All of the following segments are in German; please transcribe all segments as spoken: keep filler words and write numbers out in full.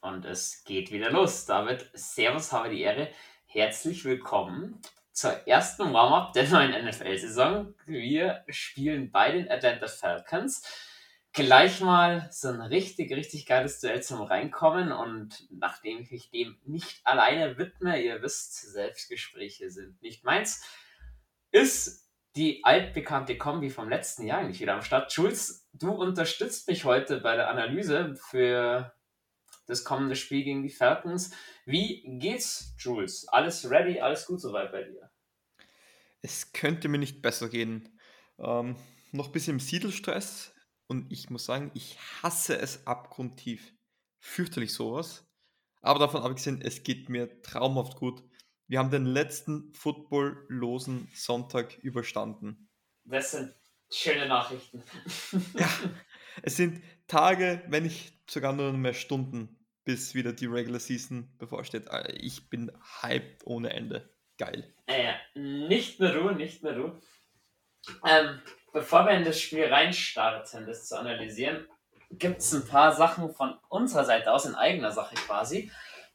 Und es geht wieder los. David, servus, habe die Ehre. Herzlich willkommen zur ersten Warm-Up der neuen N F L-Saison. Wir spielen bei den Atlanta Falcons. Gleich mal so ein richtig, richtig geiles Duell zum Reinkommen. Und nachdem ich mich dem nicht alleine widme, ihr wisst, Selbstgespräche sind nicht meins, ist die altbekannte Kombi vom letzten Jahr eigentlich wieder am Start. Jules, du unterstützt mich heute bei der Analyse für das kommende Spiel gegen die Falcons. Wie geht's, Jules? Alles ready? Alles gut soweit bei dir? Es könnte mir nicht besser gehen. Ähm, noch ein bisschen im Siedelstress und ich muss sagen, ich hasse es abgrundtief. Fürchterlich sowas. Aber davon abgesehen, es geht mir traumhaft gut. Wir haben den letzten footballlosen Sonntag überstanden. Das sind schöne Nachrichten. Ja, es sind Tage, wenn nicht sogar nur mehr Stunden, bis wieder die Regular Season bevorsteht. Äh, Ich bin hyped ohne Ende. Geil. Äh, nicht mehr du, nicht mehr du. Ähm, bevor wir in das Spiel reinstarten, das zu analysieren, gibt es ein paar Sachen von unserer Seite aus, in eigener Sache quasi.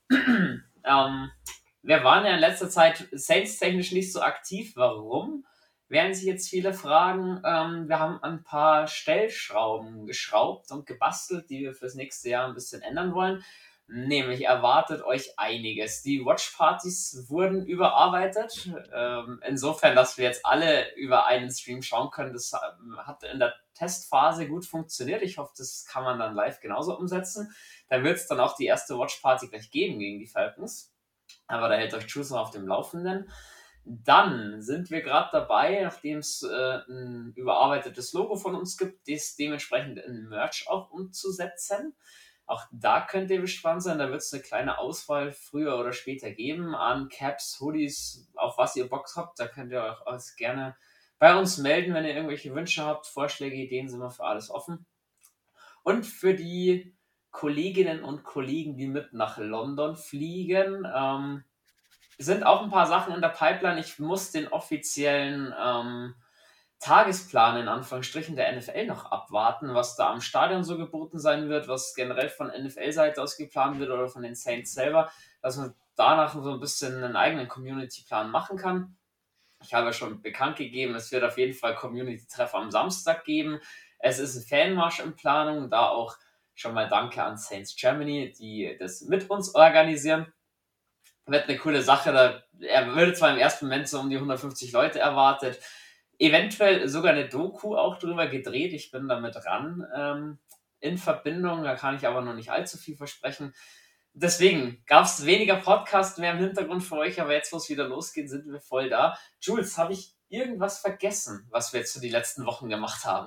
ähm, wir waren ja in letzter Zeit Saints-technisch nicht so aktiv. Warum? Werden sich jetzt viele fragen. Ähm, wir haben ein paar Stellschrauben geschraubt und gebastelt, die wir fürs nächste Jahr ein bisschen ändern wollen. Nämlich erwartet euch einiges. Die Watchpartys wurden überarbeitet. Ähm, insofern, dass wir jetzt alle über einen Stream schauen können. Das hat in der Testphase gut funktioniert. Ich hoffe, das kann man dann live genauso umsetzen. Da wird es dann auch die erste Watchparty gleich geben gegen die Falcons. Aber da hält euch Juice noch auf dem Laufenden. Dann sind wir gerade dabei, nachdem es äh, ein überarbeitetes Logo von uns gibt, das dementsprechend in Merch auch umzusetzen. Auch da könnt ihr gespannt sein, da wird es eine kleine Auswahl früher oder später geben an Caps, Hoodies, auf was ihr Bock habt. Da könnt ihr euch alles gerne bei uns melden, wenn ihr irgendwelche Wünsche habt, Vorschläge, Ideen, sind wir für alles offen. Und für die Kolleginnen und Kollegen, die mit nach London fliegen, ähm, sind auch ein paar Sachen in der Pipeline. Ich muss den offiziellen ähm, Tagesplan in Anführungsstrichen der N F L noch abwarten, was da am Stadion so geboten sein wird, was generell von N F L-Seite aus geplant wird oder von den Saints selber, dass man danach so ein bisschen einen eigenen Community-Plan machen kann. Ich habe schon bekannt gegeben, es wird auf jeden Fall Community-Treff am Samstag geben. Es ist ein Fanmarsch in Planung, da auch schon mal Danke an Saints Germany, die das mit uns organisieren. Wird eine coole Sache. Da, er würde zwar im ersten Moment so um die hundertfünfzig Leute erwartet, eventuell sogar eine Doku auch drüber gedreht. Ich bin damit ran ähm, in Verbindung, da kann ich aber noch nicht allzu viel versprechen. Deswegen gab es weniger Podcast mehr im Hintergrund für euch, aber jetzt, wo es wieder losgeht, sind wir voll da. Jules, habe ich irgendwas vergessen, was wir jetzt für die letzten Wochen gemacht haben?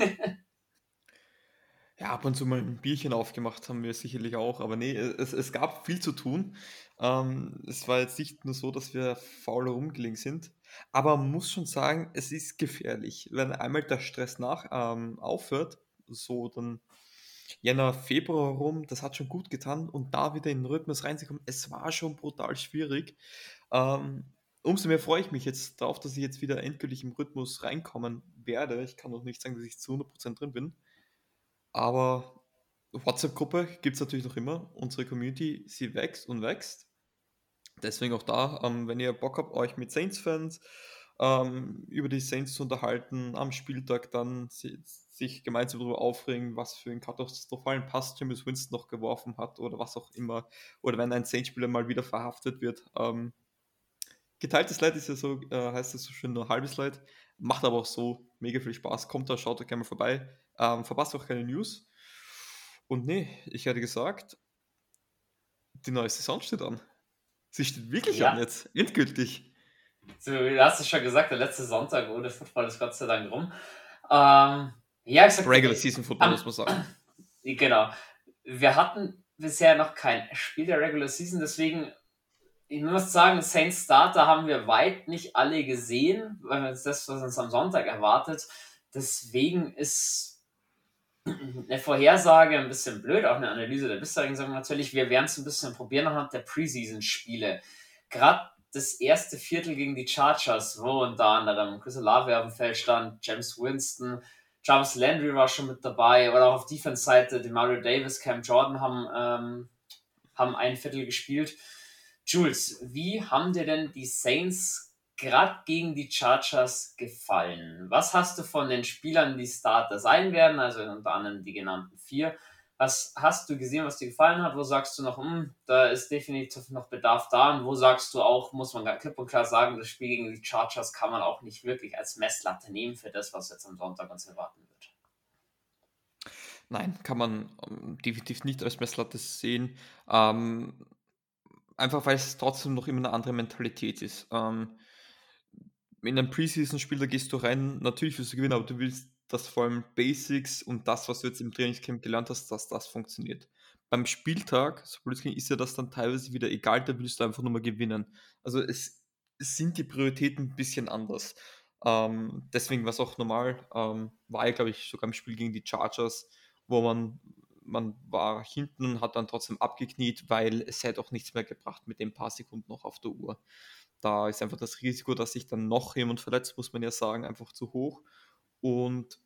Ja, ab und zu mal ein Bierchen aufgemacht haben wir sicherlich auch, aber nee, es, es gab viel zu tun. Ähm, es war jetzt nicht nur so, dass wir faul rumgelegen sind, aber man muss schon sagen, es ist gefährlich, wenn einmal der Stress nach ähm, aufhört, so dann Jänner, Februar rum, das hat schon gut getan und da wieder in den Rhythmus reinzukommen, es war schon brutal schwierig. Ähm, umso mehr freue ich mich jetzt darauf, dass ich jetzt wieder endgültig im Rhythmus reinkommen werde. Ich kann noch nicht sagen, dass ich zu hundert Prozent drin bin. Aber WhatsApp-Gruppe gibt es natürlich noch immer. Unsere Community, sie wächst und wächst. Deswegen auch da, ähm, wenn ihr Bock habt, euch mit Saints-Fans ähm, über die Saints zu unterhalten, am Spieltag dann si- sich gemeinsam darüber aufregen, was für einen katastrophalen Pass Jameis Winston noch geworfen hat oder was auch immer. Oder wenn ein Saints-Spieler mal wieder verhaftet wird. Ähm, geteiltes Leid ist ja so, äh, heißt es so schön, nur halbes Leid. Macht aber auch so mega viel Spaß. Kommt da, schaut da gerne mal vorbei. Ähm, verpasst auch keine News. Und nee, ich hätte gesagt, die neue Saison steht an. Sie steht wirklich an Ja, jetzt, endgültig. du hast es schon gesagt, der letzte Sonntag, oh, das Football ist Gott sei Dank rum. Ähm, ja, ich sagte, Regular äh, Season Football, am, muss man sagen. genau. Wir hatten bisher noch kein Spiel der Regular Season, deswegen, ich muss sagen, Saints Starter haben wir weit nicht alle gesehen, weil wir uns das, was uns am Sonntag erwartet. Deswegen ist eine Vorhersage ein bisschen blöd, auch eine Analyse der bisherigen Saison natürlich. Wir werden es ein bisschen probieren anhand der Preseason-Spiele. Gerade das erste Viertel gegen die Chargers, wo unter anderem Chris Olave auf dem Feld stand, James Winston, Jarvis Landry war schon mit dabei oder auch auf Defense-Seite, die Mario Davis, Cam Jordan haben ähm, haben ein Viertel gespielt. Jules, wie haben dir denn die Saints gerade gegen die Chargers gefallen? Was hast du von den Spielern, die Starter sein werden, also unter anderem die genannten vier, was hast du gesehen, was dir gefallen hat? Wo sagst du noch, hm, da ist definitiv noch Bedarf da? Und wo sagst du auch, muss man klipp und klar sagen, das Spiel gegen die Chargers kann man auch nicht wirklich als Messlatte nehmen für das, was jetzt am Sonntag uns erwarten wird? Nein, kann man ähm, definitiv nicht als Messlatte sehen. Ähm, einfach weil es trotzdem noch immer eine andere Mentalität ist. Ähm, in einem Preseason-Spiel, da gehst du rein, natürlich willst du gewinnen, aber du willst, dass vor allem Basics und das, was du jetzt im Trainingscamp gelernt hast, dass das funktioniert. Beim Spieltag, so blöd es klingt, ist ja das dann teilweise wieder egal, da willst du einfach nur mal gewinnen. Also es, es sind die Prioritäten ein bisschen anders. Ähm, deswegen war es auch normal, ähm, war ja, glaube ich, sogar im Spiel gegen die Chargers, wo man, man war hinten und hat dann trotzdem abgekniet, weil es hätte auch nichts mehr gebracht mit den paar Sekunden noch auf der Uhr. Da ist einfach das Risiko, dass sich dann noch jemand verletzt, muss man ja sagen, einfach zu hoch. Und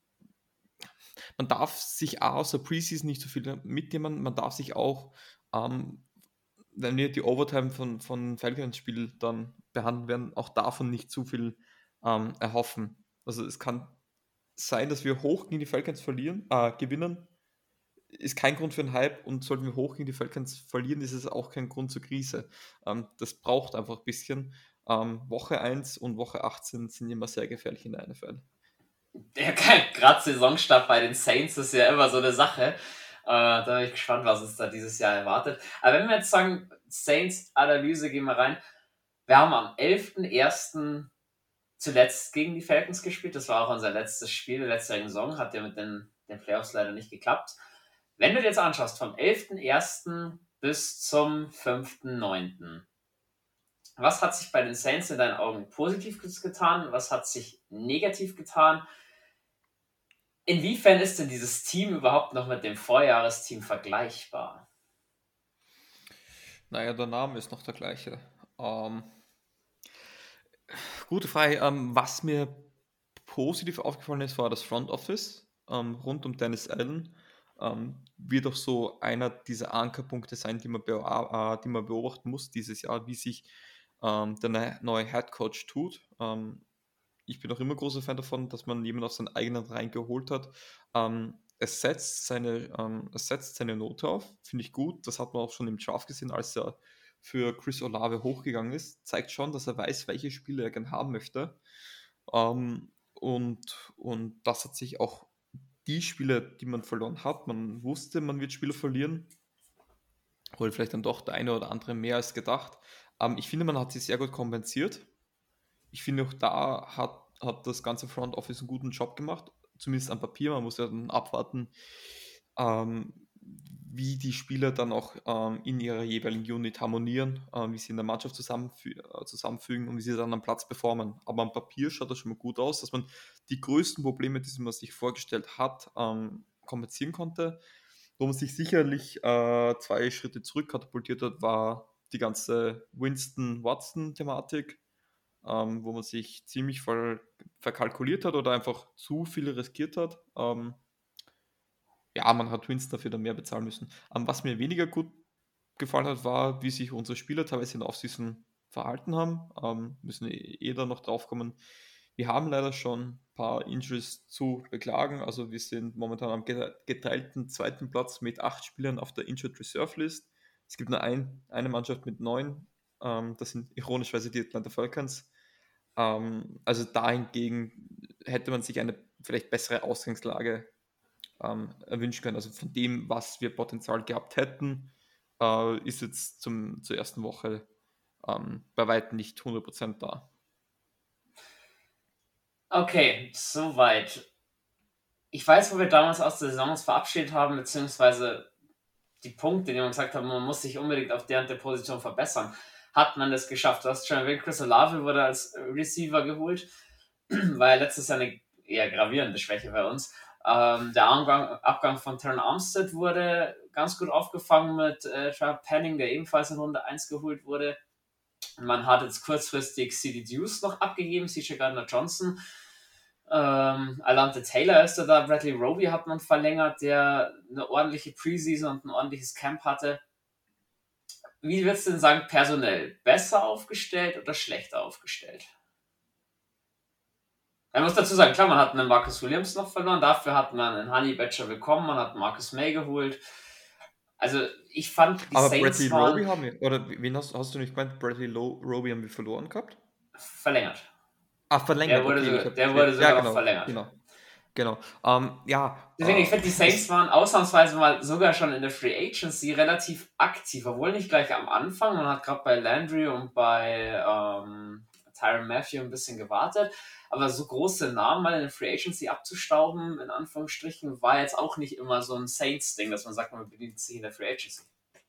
man darf sich auch aus der Preseason nicht so viel mitnehmen. Man darf sich auch, ähm, wenn wir die Overtime von, von Falcons Spiel dann behandeln werden, auch davon nicht zu viel ähm, erhoffen. Also es kann sein, dass wir hoch gegen die Falcons verlieren, äh, gewinnen, ist kein Grund für einen Hype, und sollten wir hoch gegen die Falcons verlieren, ist es auch kein Grund zur Krise. Ähm, das braucht einfach ein bisschen. Ähm, Woche eins und Woche achtzehn sind immer sehr gefährlich in der N F L. Der gerade Saisonstart bei den Saints ist ja immer so eine Sache. Äh, da bin ich gespannt, was uns da dieses Jahr erwartet. Aber wenn wir jetzt sagen, Saints-Analyse, gehen wir rein. Wir haben am elften ersten zuletzt gegen die Falcons gespielt. Das war auch unser letztes Spiel der letzten Saison. Hat ja mit den, den Playoffs leider nicht geklappt. Wenn du dir jetzt anschaust, vom elften ersten bis zum fünften neunten was hat sich bei den Saints in deinen Augen positiv getan? Was hat sich negativ getan? Inwiefern ist denn dieses Team überhaupt noch mit dem Vorjahresteam vergleichbar? Naja, der Name ist noch der gleiche. Ähm, gute Frage. Ähm, was mir positiv aufgefallen ist, war das Front Office ähm, rund um Dennis Allen. Ähm, wird auch so einer dieser Ankerpunkte sein, die man, bea- äh, die man beobachten muss dieses Jahr, wie sich ähm, der ne- neue Head Coach tut. Ähm, ich bin auch immer großer Fan davon, dass man jemanden aus seinen eigenen Reihen geholt hat. Ähm, es setzt seine, ähm, es setzt seine Note auf, finde ich gut. Das hat man auch schon im Draft gesehen, als er für Chris Olave hochgegangen ist. Zeigt schon, dass er weiß, welche Spiele er gern haben möchte. Ähm, und, und das hat sich auch die Spiele, die man verloren hat, man wusste, man wird Spiele verlieren, oder vielleicht dann doch der eine oder andere mehr als gedacht. Ähm, ich finde, man hat sie sehr gut kompensiert. Ich finde auch da hat, hat das ganze Front Office einen guten Job gemacht, zumindest am Papier. Man muss ja dann abwarten, ähm, wie die Spieler dann auch ähm, in ihrer jeweiligen Unit harmonieren, ähm, wie sie in der Mannschaft zusammenfü äh, zusammenfügen und wie sie dann am Platz performen. Aber am Papier schaut das schon mal gut aus, dass man die größten Probleme, die man sich vorgestellt hat, ähm, kompensieren konnte. Wo man sich sicherlich äh, zwei Schritte zurück katapultiert hat, war die ganze Winston-Watson-Thematik, ähm, wo man sich ziemlich voll verkalkuliert hat oder einfach zu viel riskiert hat. Ähm, ja, man hat Winston dafür dann mehr bezahlen müssen. Ähm, was mir weniger gut gefallen hat, war, wie sich unsere Spieler teilweise in der Offseason verhalten haben. Ähm, müssen eh eh da noch drauf kommen. Wir haben leider schon ein paar Injuries zu beklagen. Also wir sind momentan am gete- geteilten zweiten Platz mit acht Spielern auf der Injured Reserve List. Es gibt nur ein, eine Mannschaft mit neun. Ähm, das sind ironischerweise die Atlanta Falcons. Ähm, also dahingegen hätte man sich eine vielleicht bessere Ausgangslage ähm, erwünschen können. Also von dem, was wir Potenzial gehabt hätten, äh, ist jetzt zum, zur ersten Woche ähm, bei weitem nicht hundert Prozent da. Okay, soweit. Ich weiß, wo wir damals aus der Saison uns verabschiedet haben, beziehungsweise die Punkte, die man gesagt hat, man muss sich unbedingt auf der und der Position verbessern. Hat man das geschafft? Du hast schon erwähnt, Chris Olave wurde als Receiver geholt, war ja letztes Jahr eine eher gravierende Schwäche bei uns. Ähm, der Abgang, Abgang von Terran Armstead wurde ganz gut aufgefangen mit äh, Trevor Penning, der ebenfalls in Runde eins geholt wurde. Man hat jetzt kurzfristig C D Deuce noch abgegeben, C J Gardner-Johnson. Ähm, Alante Taylor ist da, Bradley Roby hat man verlängert, der eine ordentliche Preseason und ein ordentliches Camp hatte. wie würdest du denn sagen, personell? Besser aufgestellt oder schlechter aufgestellt? Man muss dazu sagen, klar, man hat einen Marcus Williams noch verloren, dafür hat man einen Honey Badger bekommen, man hat Marcus May geholt. Also ich fand, die Aber Saints Bradley Roby waren haben wir, oder wen hast, hast du nicht gemeint, Bradley Lo- Roby haben wir verloren gehabt? verlängert. Ah, Der verlängert, wurde, okay, ich sogar, habe der wurde gesehen. Ja, sogar noch genau, verlängert. genau, genau. Ähm, ja, Deswegen, ich finde, die äh, Saints es, waren ausnahmsweise mal sogar schon in der Free Agency relativ aktiv, obwohl nicht gleich am Anfang. Man hat gerade bei Landry und bei ähm, Tyron Matthew ein bisschen gewartet. Aber so große Namen mal in der Free Agency abzustauben, in Anführungsstrichen, war jetzt auch nicht immer so ein Saints-Ding, dass man sagt, man bedient sich in der Free Agency.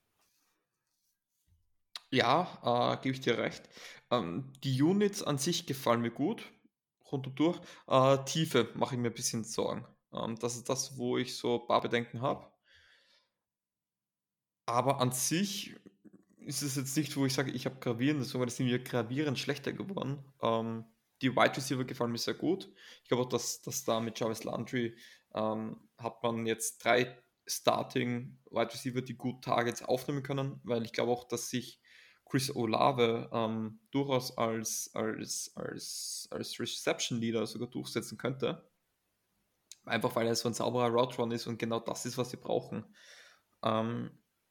ja, äh, gebe ich dir recht. Ähm, die Units an sich gefallen mir gut, rund und durch. Äh, Tiefe mache ich mir ein bisschen Sorgen. Ähm, das ist das, wo ich so ein paar Bedenken habe. Aber an sich ist es jetzt nicht, wo ich sage, ich habe gravierend, sondern es sind wir gravierend schlechter geworden. Ähm, die Wide Receiver gefallen mir sehr gut. Ich glaube auch, dass, dass da mit Jarvis Landry ähm, hat man jetzt drei Starting Wide Receiver, die gut Targets aufnehmen können, weil ich glaube auch, dass sich Chris Olave ähm, durchaus als, als, als, als Reception Leader sogar durchsetzen könnte. Einfach weil er so ein sauberer Route Run ist und genau das ist, was sie brauchen. Ähm,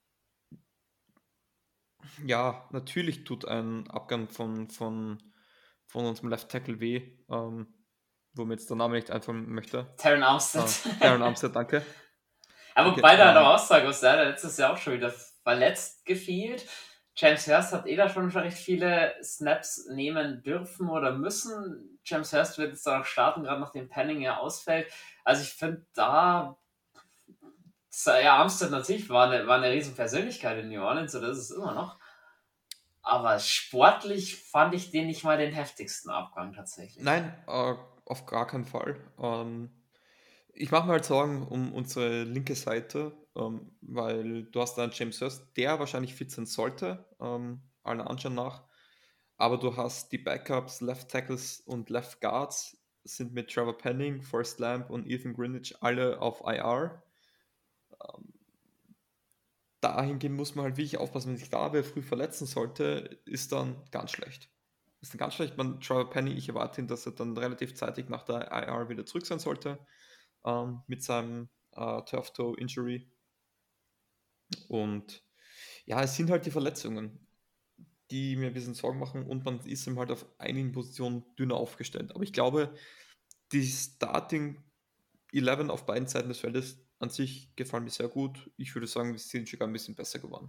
Ja, natürlich tut ein Abgang von, von, von unserem Left Tackle weh, ähm, wo mir jetzt der Name nicht einfallen möchte. Taron Armstead. Äh, Darren Armstead, danke. Aber Danke. wobei da noch Ähm, aussagen muss, der hat letztes Jahr auch schon wieder verletzt gefielt. James Hurst hat eh da schon recht viele Snaps nehmen dürfen oder müssen. James Hurst wird jetzt da noch starten, gerade nachdem Penning ja ausfällt. Also ich finde da, ja, Armstead natürlich war eine, war eine riesen Persönlichkeit in New Orleans, oder ist es immer noch. Aber sportlich fand ich den nicht mal den heftigsten Abgang tatsächlich. nein, äh, auf gar keinen Fall. Ähm, ich mache mir halt Sorgen um unsere linke Seite, ähm, weil du hast da einen James Hurst, der wahrscheinlich fit sein sollte, ähm, allen Anschein nach. Aber du hast die Backups, Left Tackles und Left Guards sind mit Trevor Penning, Forrest Lamp und Ethan Greenwich alle auf I R. Dahingehend muss man halt wirklich aufpassen, wenn sich da wer früh verletzen sollte, ist dann ganz schlecht. Ist dann ganz schlecht. Man, Trevor Penny, ich erwarte ihn, dass er dann relativ zeitig nach der I R wieder zurück sein sollte, ähm, mit seinem äh, Turf Toe Injury. Und ja, es sind halt die Verletzungen, die mir ein bisschen Sorgen machen und man ist ihm halt auf einigen Positionen dünner aufgestellt. Aber ich glaube, die Starting elf auf beiden Seiten des Feldes an sich gefallen mir sehr gut. Ich würde sagen, wir sind sogar ein bisschen besser geworden.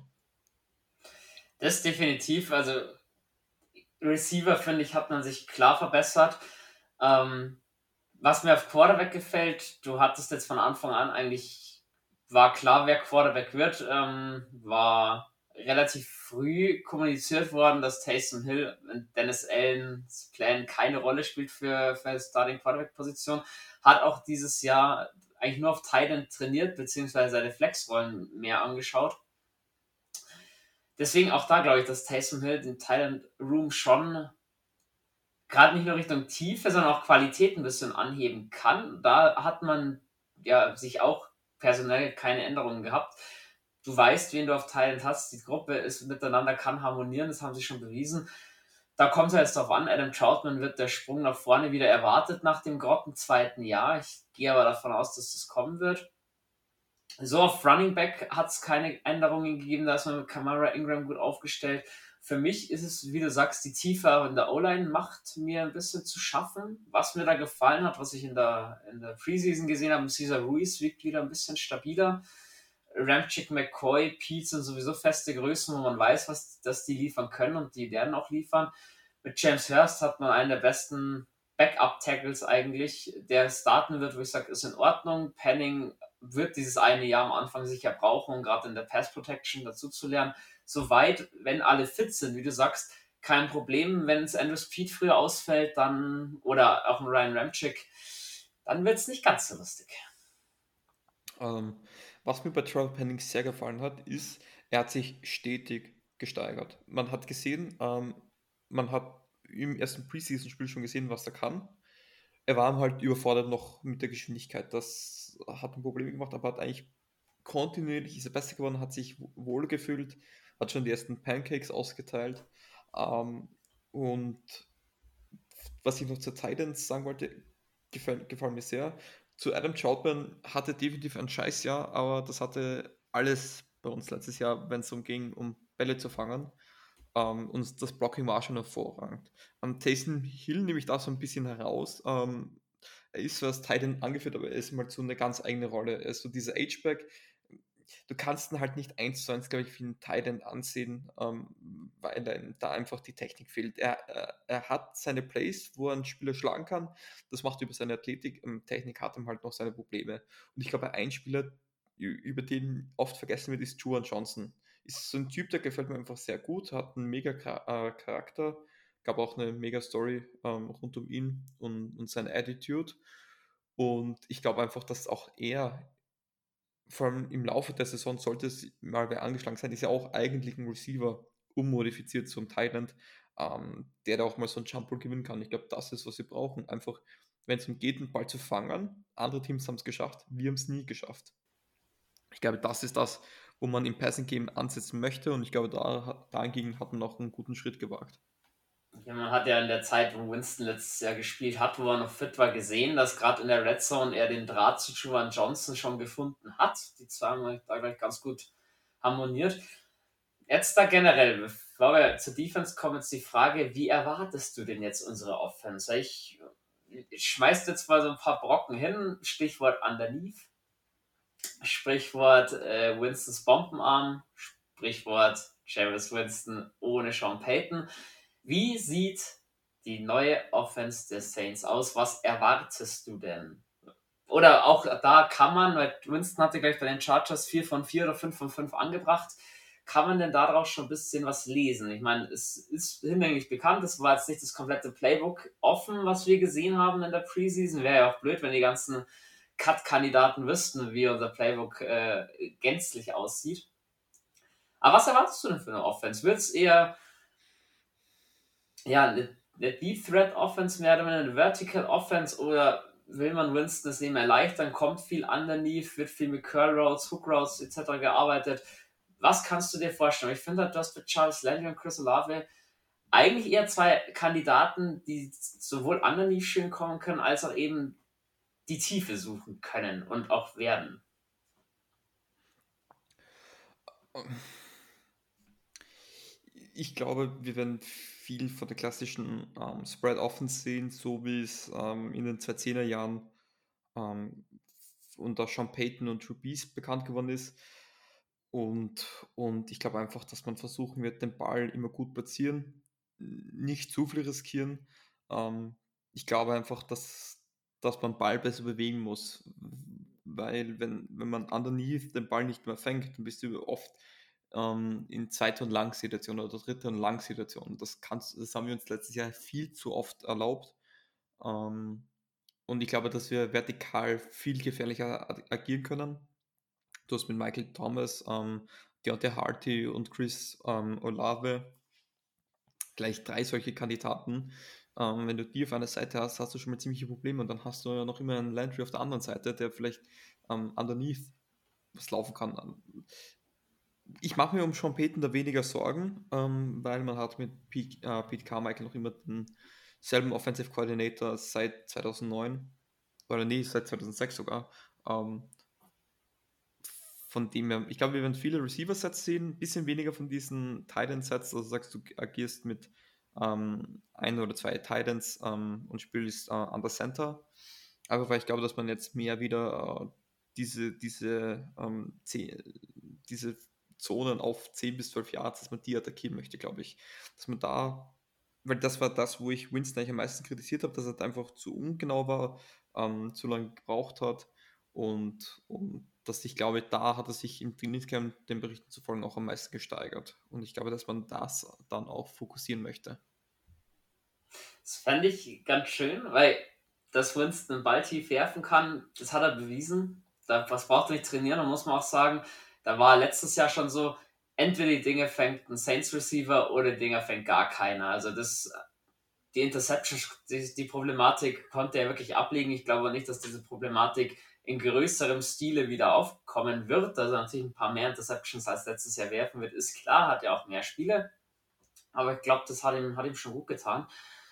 Das definitiv, also Receiver, finde ich, hat man sich klar verbessert. Ähm, was mir auf Quarterback gefällt, du hattest jetzt von Anfang an eigentlich, war klar, wer Quarterback wird, ähm, war relativ früh kommuniziert worden, dass Taysom Hill und Dennis Allen's Plan keine Rolle spielt für, für die Starting Quarterback Position, hat auch dieses Jahr eigentlich nur auf Tight End trainiert, beziehungsweise seine Flexrollen mehr angeschaut. Deswegen auch da glaube ich, dass Taysom Hill den Tight End Room schon gerade nicht nur Richtung Tiefe, sondern auch Qualität ein bisschen anheben kann. Da hat man ja sich auch personell keine Änderungen gehabt. Du weißt, wen du auf Thailand hast. Die Gruppe ist miteinander, kann harmonieren, das haben sie schon bewiesen. Da kommt es jetzt darauf an, Adam Troutman wird der Sprung nach vorne wieder erwartet nach dem grotten zweiten Jahr. Ich gehe aber davon aus, dass das kommen wird. So auf Running Back hat es keine Änderungen gegeben, da ist man mit Kamara Ingram gut aufgestellt. Für mich ist es, wie du sagst, die Tiefe in der O-Line macht mir ein bisschen zu schaffen. Was mir da gefallen hat, was ich in der, in der Preseason gesehen habe, Cesar Ruiz wirkt wieder ein bisschen stabiler. Ramchick, McCoy, Pete sind sowieso feste Größen, wo man weiß, was, dass die liefern können und die werden auch liefern. Mit James Hurst hat man einen der besten Backup-Tackles eigentlich, der starten wird, wo ich sage, ist in Ordnung. Penning wird dieses eine Jahr am Anfang sicher brauchen, um gerade in der Pass Protection dazu zu lernen. Soweit, wenn alle fit sind, wie du sagst, kein Problem. Wenn es Andrew Speed früher ausfällt, dann oder auch ein Ryan Ramchick, dann wird es nicht ganz so lustig. Ähm, was mir bei Trevor Penning sehr gefallen hat, ist, er hat sich stetig gesteigert. Man hat gesehen, ähm, man hat im ersten Preseason-Spiel schon gesehen, was er kann. Er war halt überfordert noch mit der Geschwindigkeit. Das hat ein Problem gemacht, aber hat eigentlich kontinuierlich ist er besser geworden, hat sich wohl gefühlt, hat schon die ersten Pancakes ausgeteilt. Ähm, und was ich noch zu Titans sagen wollte, gefällt, gefällt mir sehr. Zu Adam Troutman hatte definitiv ein Scheißjahr, aber das hatte alles bei uns letztes Jahr, wenn es darum ging, um Bälle zu fangen. Ähm, und das Blocking war schon hervorragend. Am Taysom Hill nehme ich da so ein bisschen heraus. Ähm, er ist so als Titan angeführt, aber er ist mal so eine ganz eigene Rolle. Er ist so dieser H-Back. Du kannst ihn halt nicht eins zu eins, glaube ich, wie einen Titan ansehen, ähm, weil ihm da einfach die Technik fehlt. Er, er, er hat seine Plays, wo er einen Spieler schlagen kann. Das macht über seine Athletik. Ähm, Technik hat ihm halt noch seine Probleme. Und ich glaube, ein Spieler, ü- über den oft vergessen wird, ist Juwan Johnson. Ist so ein Typ, der gefällt mir einfach sehr gut, hat einen mega Chara- äh, Charakter, gab auch eine mega Story ähm, rund um ihn und, und seine Attitude. Und ich glaube einfach, dass auch er, vor allem im Laufe der Saison, sollte es mal wer angeschlagen sein, ist ja auch eigentlich ein Receiver ummodifiziert zum Tight End, ähm, der da auch mal so ein Jump Ball gewinnen kann. Ich glaube, das ist, was wir brauchen. Einfach, wenn es um geht, einen Ball zu fangen. Andere Teams haben es geschafft, wir haben es nie geschafft. Ich glaube, das ist das, wo man im Passing Game ansetzen möchte, und ich glaube, da, hat- dahingegen hat man auch einen guten Schritt gewagt. Ja, man hat ja in der Zeit, wo Winston letztes Jahr gespielt hat, wo er noch fit war, gesehen, dass gerade in der Red Zone er den Draht zu Juwan Johnson schon gefunden hat. Die zwei haben da gleich ganz gut harmoniert. Jetzt da generell, bevor wir zur Defense kommen, jetzt die Frage, wie erwartest du denn jetzt unsere Offense? Ich, ich schmeiß jetzt mal so ein paar Brocken hin, Stichwort Underneath, Sprichwort äh, Winstons Bombenarm, Sprichwort Jameis Winston ohne Sean Payton. Wie sieht die neue Offense des Saints aus? Was erwartest du denn? Oder auch da kann man, weil Winston hatte gleich bei den Chargers vier von vier oder fünf von fünf angebracht, kann man denn daraus schon ein bisschen was lesen? Ich meine, es ist hinlänglich bekannt, es war jetzt nicht das komplette Playbook offen, was wir gesehen haben in der Preseason. Wäre ja auch blöd, wenn die ganzen Cut-Kandidaten wüssten, wie unser Playbook äh, gänzlich aussieht. Aber was erwartest du denn für eine Offense? Wird es eher ja, eine, eine Deep Threat Offense, mehr oder weniger eine Vertical Offense, oder will man Winston das eben erleichtern? Kommt viel underneath, wird viel mit Curl Routes, Hook Routes et cetera gearbeitet. Was kannst du dir vorstellen? Ich finde halt, du hast mit Charles Landry und Chris Olave eigentlich eher zwei Kandidaten, die sowohl underneath schön kommen können, als auch eben die Tiefe suchen können und auch werden. Ich glaube, wir werden viel von der klassischen ähm, Spread Offense sehen, so wie es ähm, in den zweitausendzehner Jahren ähm, unter Sean Payton und Drew Brees bekannt geworden ist. Und, und ich glaube einfach, dass man versuchen wird, den Ball immer gut platzieren, nicht zu viel riskieren. Ähm, ich glaube einfach, dass, dass man Ball besser bewegen muss, weil wenn, wenn man underneath den Ball nicht mehr fängt, dann bist du oft ähm, in zweiter und Lang-Situation oder dritter und Lang-Situation. Das, kannst, das haben wir uns letztes Jahr viel zu oft erlaubt. Ähm, und ich glaube, dass wir vertikal viel gefährlicher ag- agieren können. Du hast mit Michael Thomas, ähm, Deontay Harty und Chris ähm, Olave gleich drei solche Kandidaten. Ähm, wenn du die auf einer Seite hast, hast du schon mal ziemliche Probleme, und dann hast du ja noch immer einen Landry auf der anderen Seite, der vielleicht ähm, underneath was laufen kann. Ich mache mir um Sean Payton da weniger Sorgen, ähm, weil man hat mit Pete, äh, Pete Carmichael noch immer denselben Offensive Coordinator seit zweitausendneun, oder nee, seit zweitausendsechs sogar. Ähm, von dem her, ich glaube, wir werden viele Receiver-Sets sehen, ein bisschen weniger von diesen Tight-End-Sets, also sagst du, agierst mit ähm, ein oder zwei Tight-Ends ähm, und spielst äh, an der Center. Aber weil ich glaube, dass man jetzt mehr wieder äh, diese, diese, ähm, zehn, diese Zonen auf zehn bis zwölf Yards, dass man die attackieren möchte, glaube ich. Dass man da, weil das war das, wo ich Winston eigentlich am meisten kritisiert habe, dass er einfach zu ungenau war, ähm, zu lange gebraucht hat, und, und dass ich glaube, da hat er sich im Trainingscamp den Berichten zu folgen auch am meisten gesteigert. Und ich glaube, dass man das dann auch fokussieren möchte. Das fände ich ganz schön, weil dass Winston einen Ball tief werfen kann, das hat er bewiesen. Da, was braucht er nicht trainieren? Da muss man auch sagen, da war letztes Jahr schon so, entweder die Dinge fängt ein Saints Receiver oder die Dinger fängt gar keiner. Also das, die Interception, die, die Problematik konnte er wirklich ablegen. Ich glaube nicht, dass diese Problematik in größerem Stile wieder aufkommen wird, also natürlich ein paar mehr Interceptions als letztes Jahr werfen wird, ist klar, hat ja auch mehr Spiele, aber ich glaube, das hat ihm, hat ihm schon gut getan.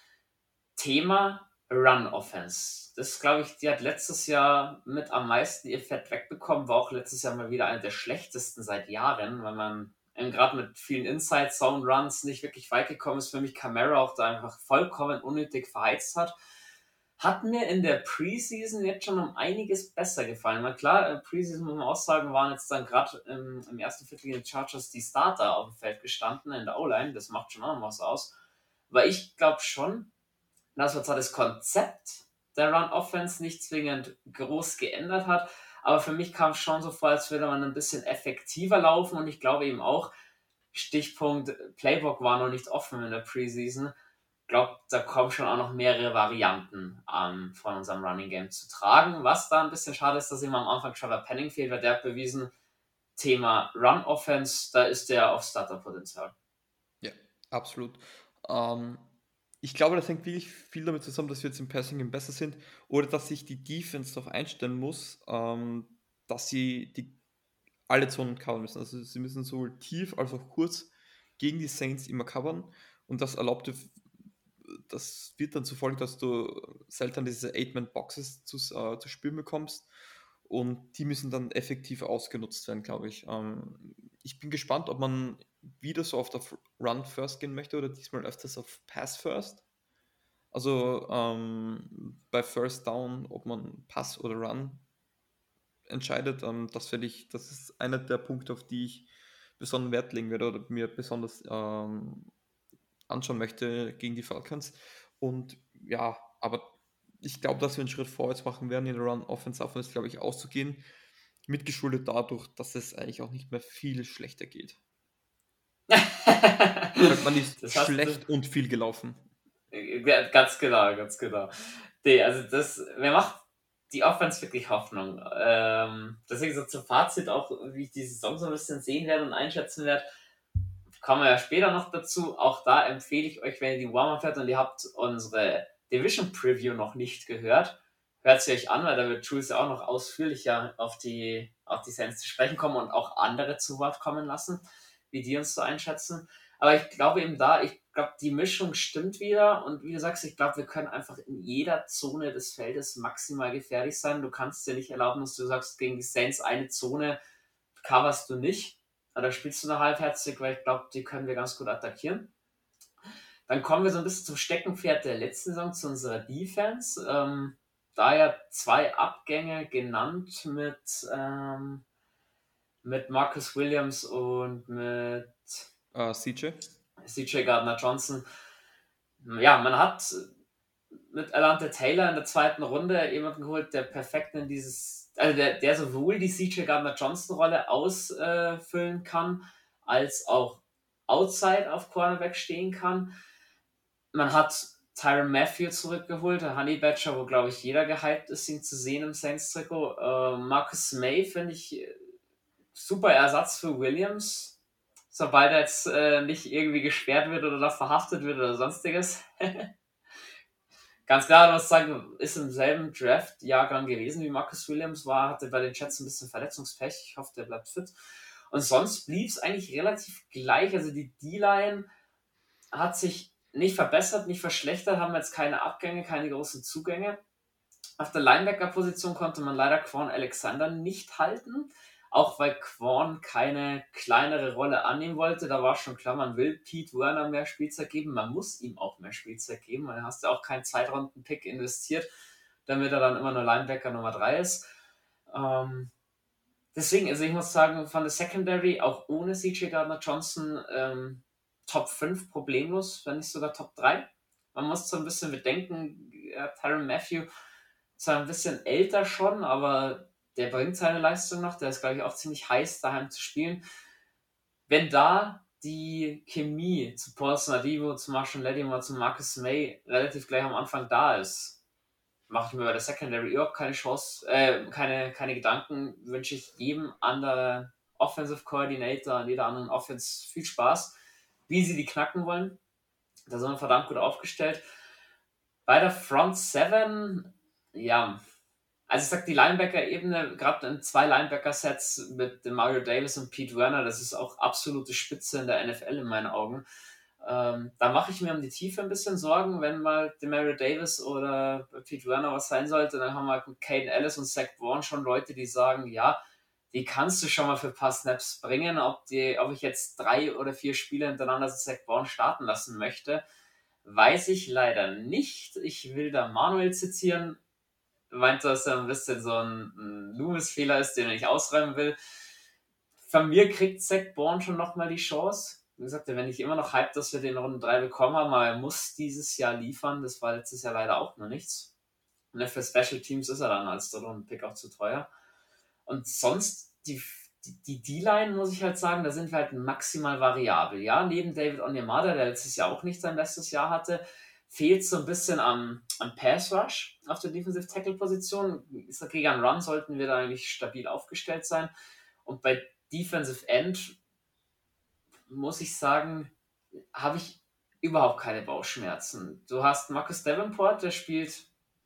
Thema Run-Offense. Das glaube ich, die hat letztes Jahr mit am meisten ihr Fett wegbekommen, war auch letztes Jahr mal wieder eine der schlechtesten seit Jahren, weil man gerade mit vielen Inside-Zone-Runs nicht wirklich weit gekommen ist. Für mich Kamara auch da einfach vollkommen unnötig verheizt hat. Hat mir in der Preseason jetzt schon um einiges besser gefallen. Na klar, Preseason muss man auch sagen, waren jetzt dann gerade im, im ersten Viertel gegen die Chargers die Starter auf dem Feld gestanden in der O-Line. Das macht schon auch noch was aus. Weil ich glaube schon, dass man zwar das Konzept der Run-Offense nicht zwingend groß geändert hat, aber für mich kam es schon so vor, als würde man ein bisschen effektiver laufen und ich glaube eben auch, Stichpunkt Playbook war noch nicht offen in der Preseason. Ich glaube, da kommen schon auch noch mehrere Varianten ähm, von unserem Running Game zu tragen. Was da ein bisschen schade ist, dass immer am Anfang Trevor Penning fehlt, weil der hat bewiesen, Thema Run-Offense, da ist der auf Starter-Potenzial. Ja, absolut. Ähm, ich glaube, das hängt wirklich viel damit zusammen, dass wir jetzt im Passing Game besser sind oder dass sich die Defense darauf einstellen muss, ähm, dass sie die alle Zonen covern müssen. Also sie müssen sowohl tief als auch kurz gegen die Saints immer covern und das erlaubt dir, das wird dann zur Folge, dass du selten diese Eight-Man-Boxes zu, äh, zu spüren bekommst und die müssen dann effektiv ausgenutzt werden, glaube ich. Ähm, ich bin gespannt, ob man wieder so auf der Run First gehen möchte oder diesmal öfters auf Pass First. Also ähm, bei First Down, ob man Pass oder Run entscheidet, ähm, das finde ich, das ist einer der Punkte, auf die ich besonderen Wert legen werde oder mir besonders ähm, anschauen möchte gegen die Falcons. Und ja, aber ich glaube, dass wir einen Schritt vorwärts machen werden in der Run-Offense, davon ist, glaube ich, auszugehen, mitgeschuldet dadurch, dass es eigentlich auch nicht mehr viel schlechter geht. Man ist Das schlecht du, und viel gelaufen. Ganz genau, ganz genau. Nee, also das, mir macht die Offense wirklich Hoffnung. Ähm, deswegen so zum Fazit auch, wie ich die Saison so ein bisschen sehen werde und einschätzen werde, kommen wir ja später noch dazu. Auch da empfehle ich euch, wenn ihr die Warm-Up hört und ihr habt unsere Division Preview noch nicht gehört, hört sie euch an, weil da wird Jules ja auch noch ausführlicher auf die, auf die Saints zu sprechen kommen und auch andere zu Wort kommen lassen, wie die uns so einschätzen. Aber ich glaube eben da, ich glaube, die Mischung stimmt wieder und wie du sagst, ich glaube, wir können einfach in jeder Zone des Feldes maximal gefährlich sein. Du kannst dir nicht erlauben, dass du sagst, gegen die Saints eine Zone coverst du nicht. Oder spielst du nur halbherzig, weil ich glaube, die können wir ganz gut attackieren. Dann kommen wir so ein bisschen zum Steckenpferd der letzten Saison, zu unserer Defense. Ähm, da ja zwei Abgänge genannt mit, ähm, mit Marcus Williams und mit Uh, C J? C J Gardner-Johnson. Ja, man hat mit Alante Taylor in der zweiten Runde jemanden geholt, der perfekt in dieses, also der, der sowohl die C J Gardner-Johnson-Rolle ausfüllen äh, kann, als auch outside auf Cornerback stehen kann. Man hat Tyrann Mathieu zurückgeholt, der Honey Badger, wo glaube ich jeder gehypt ist, ihn zu sehen im Saints-Trikot. Äh, Marcus May finde ich super Ersatz für Williams, sobald er jetzt äh, nicht irgendwie gesperrt wird oder verhaftet wird oder sonstiges. Ganz klar, muss sagen, ist im selben Draft-Jahrgang gewesen wie Marcus Williams, war, hatte bei den Jets ein bisschen Verletzungspech. Ich hoffe, der bleibt fit. Und sonst blieb es eigentlich relativ gleich. Also die D-Line hat sich nicht verbessert, nicht verschlechtert, haben jetzt keine Abgänge, keine großen Zugänge. Auf der Linebacker-Position konnte man leider Quan Alexander nicht halten, auch weil Quan keine kleinere Rolle annehmen wollte. Da war schon klar, man will Pete Werner mehr Spielzeit geben, man muss ihm auch mehr Spielzeit geben, weil du hast ja auch keinen Zweitrunden-Pick investiert, damit er dann immer nur Linebacker Nummer drei ist. Ähm, deswegen, also ich muss sagen, von der Secondary, auch ohne C J Gardner-Johnson, ähm, Top fünf problemlos, wenn nicht sogar Top drei. Man muss so ein bisschen bedenken, ja, Tyrann Mathieu zwar ein bisschen älter schon, aber der bringt seine Leistung noch. Der ist, glaube ich, auch ziemlich heiß, daheim zu spielen. Wenn da die Chemie zu Paulson Adibo, zu Marshall Lattimore, zu Marcus May relativ gleich am Anfang da ist, mache ich mir bei der Secondary überhaupt keine Chance, äh, keine, keine Gedanken, wünsche ich jedem anderen Offensive Coordinator und jeder anderen Offense viel Spaß, wie sie die knacken wollen. Da sind wir verdammt gut aufgestellt. Bei der Front Seven, ja, Also ich sag, die Linebacker-Ebene, gerade in zwei Linebacker-Sets mit dem Mario Davis und Pete Werner, das ist auch absolute Spitze in der N F L in meinen Augen. Ähm, da mache ich mir um die Tiefe ein bisschen Sorgen, wenn mal Demario Davis oder Pete Werner was sein sollte, dann haben wir mit Caden Ellis und Zach Bourne schon Leute, die sagen, ja, die kannst du schon mal für ein paar Snaps bringen, ob, die, ob ich jetzt drei oder vier Spiele hintereinander Zach Bourne starten lassen möchte, weiß ich leider nicht. Ich will da Manuel zitieren, meinte, dass er ein bisschen so ein, ein Loomis-Fehler ist, den er nicht ausräumen will. Von mir kriegt Zach Bourne schon nochmal die Chance. Wie gesagt, wenn ich immer noch hype, dass wir den Runde drei bekommen haben, aber er muss dieses Jahr liefern. Das war letztes Jahr leider auch noch nichts. Und für Special Teams ist er dann als Rundenpick auch zu teuer. Und sonst, die die D-Line, muss ich halt sagen, da sind wir halt maximal variabel. Ja, neben David Onyemata, der letztes Jahr auch nicht sein bestes Jahr hatte, fehlt so ein bisschen am, am Pass Rush auf der Defensive Tackle Position. Gegen einen Run sollten wir da eigentlich stabil aufgestellt sein. Und bei Defensive End muss ich sagen, habe ich überhaupt keine Bauchschmerzen. Du hast Marcus Davenport, der spielt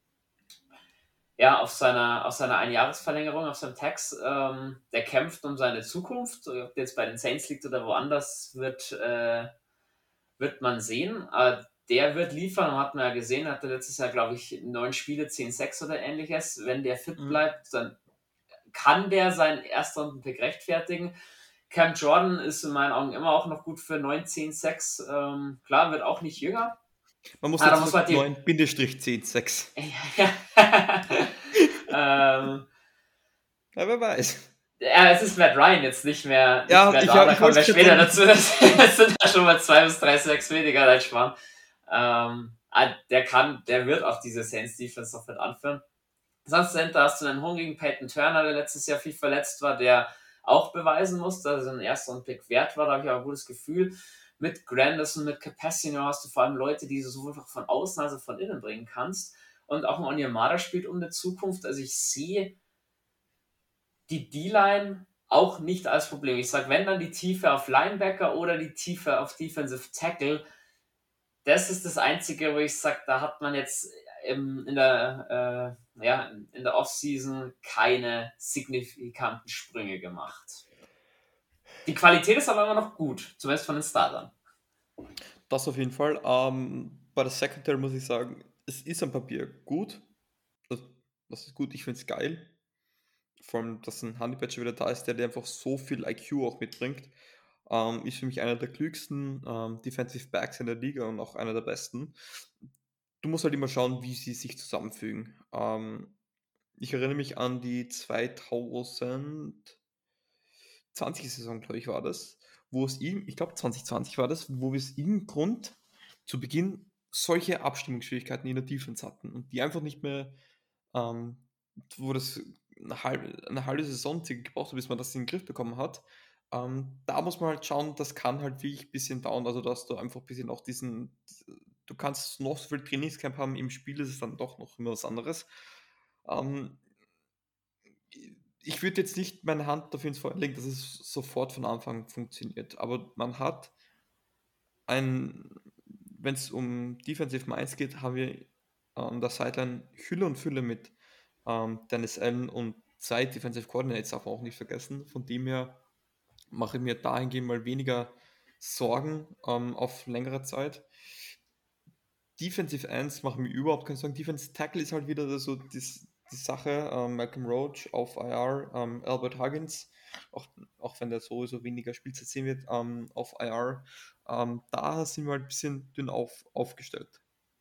ja auf seiner, auf seiner Einjahresverlängerung, auf seinem Tax, ähm, der kämpft um seine Zukunft. Ob der jetzt bei den Saints liegt oder woanders, wird, äh, wird man sehen. Aber der wird liefern, hat man ja gesehen, hatte letztes Jahr, glaube ich, neun Spiele, zehn sechs oder ähnliches. Wenn der fit Mhm. bleibt, dann kann der seinen Erstrunden-Pick rechtfertigen. Cam Jordan ist in meinen Augen immer auch noch gut für neun, zehn, sechs. Ähm, klar, wird auch nicht jünger. Man muss Ah, da dazu muss man sagen, die. neun zehn sechs. Ja, ähm, Ja, wer weiß. ja, es ist Matt Ryan jetzt nicht mehr, nicht Ja, mehr ich, da. hab- Da ich kommen wollte wir es später gerade dazu. Das, das sind ja schon mal zwei bis drei Sacks weniger als Schwan. Ähm, ah, der kann, der wird auch diese Saints Defense noch mit anführen. Sonst Center hast du einen hungrigen Peyton Turner, der letztes Jahr viel verletzt war, der auch beweisen muss, dass er ein erster Pick wert war. Da habe ich auch ein gutes Gefühl. Mit Granderson, mit Capacino hast du vor allem Leute, die du sowohl von außen als auch von innen bringen kannst. Und auch ein Onyemata spielt um die Zukunft. Also ich sehe die D-Line auch nicht als Problem. Ich sage, wenn dann die Tiefe auf Linebacker oder die Tiefe auf Defensive Tackle, das ist das Einzige, wo ich sage, da hat man jetzt im, in der, äh, ja, in der Offseason keine signifikanten Sprünge gemacht. Die Qualität ist aber immer noch gut, zumindest von den Startern. Das auf jeden Fall. Ähm, bei der Secondary muss ich sagen, es ist am Papier gut. Das, das ist gut, ich finde es geil. Vor allem, dass ein Honey-Badger wieder da ist, der, der einfach so viel I Q auch mitbringt. Ähm, ist für mich einer der klügsten ähm, Defensive Backs in der Liga und auch einer der besten. Du musst halt immer schauen, wie sie sich zusammenfügen. Ähm, ich erinnere mich an die zwanzig zwanzig-Saison, glaube ich, war das, wo es ihm, ich glaube zwanzig zwanzig war das, wo wir es im Grund zu Beginn solche Abstimmungsschwierigkeiten in der Defense hatten und die einfach nicht mehr, ähm, wo das eine halbe, eine halbe Saison gebraucht hat, bis man das in den Griff bekommen hat. Ähm, da muss man halt schauen, das kann halt wirklich ein bisschen dauern, also dass du einfach ein bisschen auch diesen, du kannst noch so viel Trainingscamp haben, im Spiel ist es dann doch noch immer was anderes. Ähm, ich würde jetzt nicht meine Hand dafür ins Feuer legen, dass es sofort von Anfang funktioniert, aber man hat ein, wenn es um Defensive Minds geht, haben wir an der Sideline Hülle und Fülle mit ähm, Dennis Allen und zwei Defensive Coordinates, darf man auch nicht vergessen. Von dem her mache ich mir dahingehend mal weniger Sorgen ähm, auf längere Zeit. Defensive Ends machen mir überhaupt keine Sorgen. Defensive Tackle ist halt wieder so die, die Sache. Ähm, Malcolm Roach auf I R, ähm, Albert Huggins, auch, auch wenn der sowieso weniger Spielzeit sehen wird, ähm, auf I R. Ähm, da sind wir halt ein bisschen dünn auf, aufgestellt.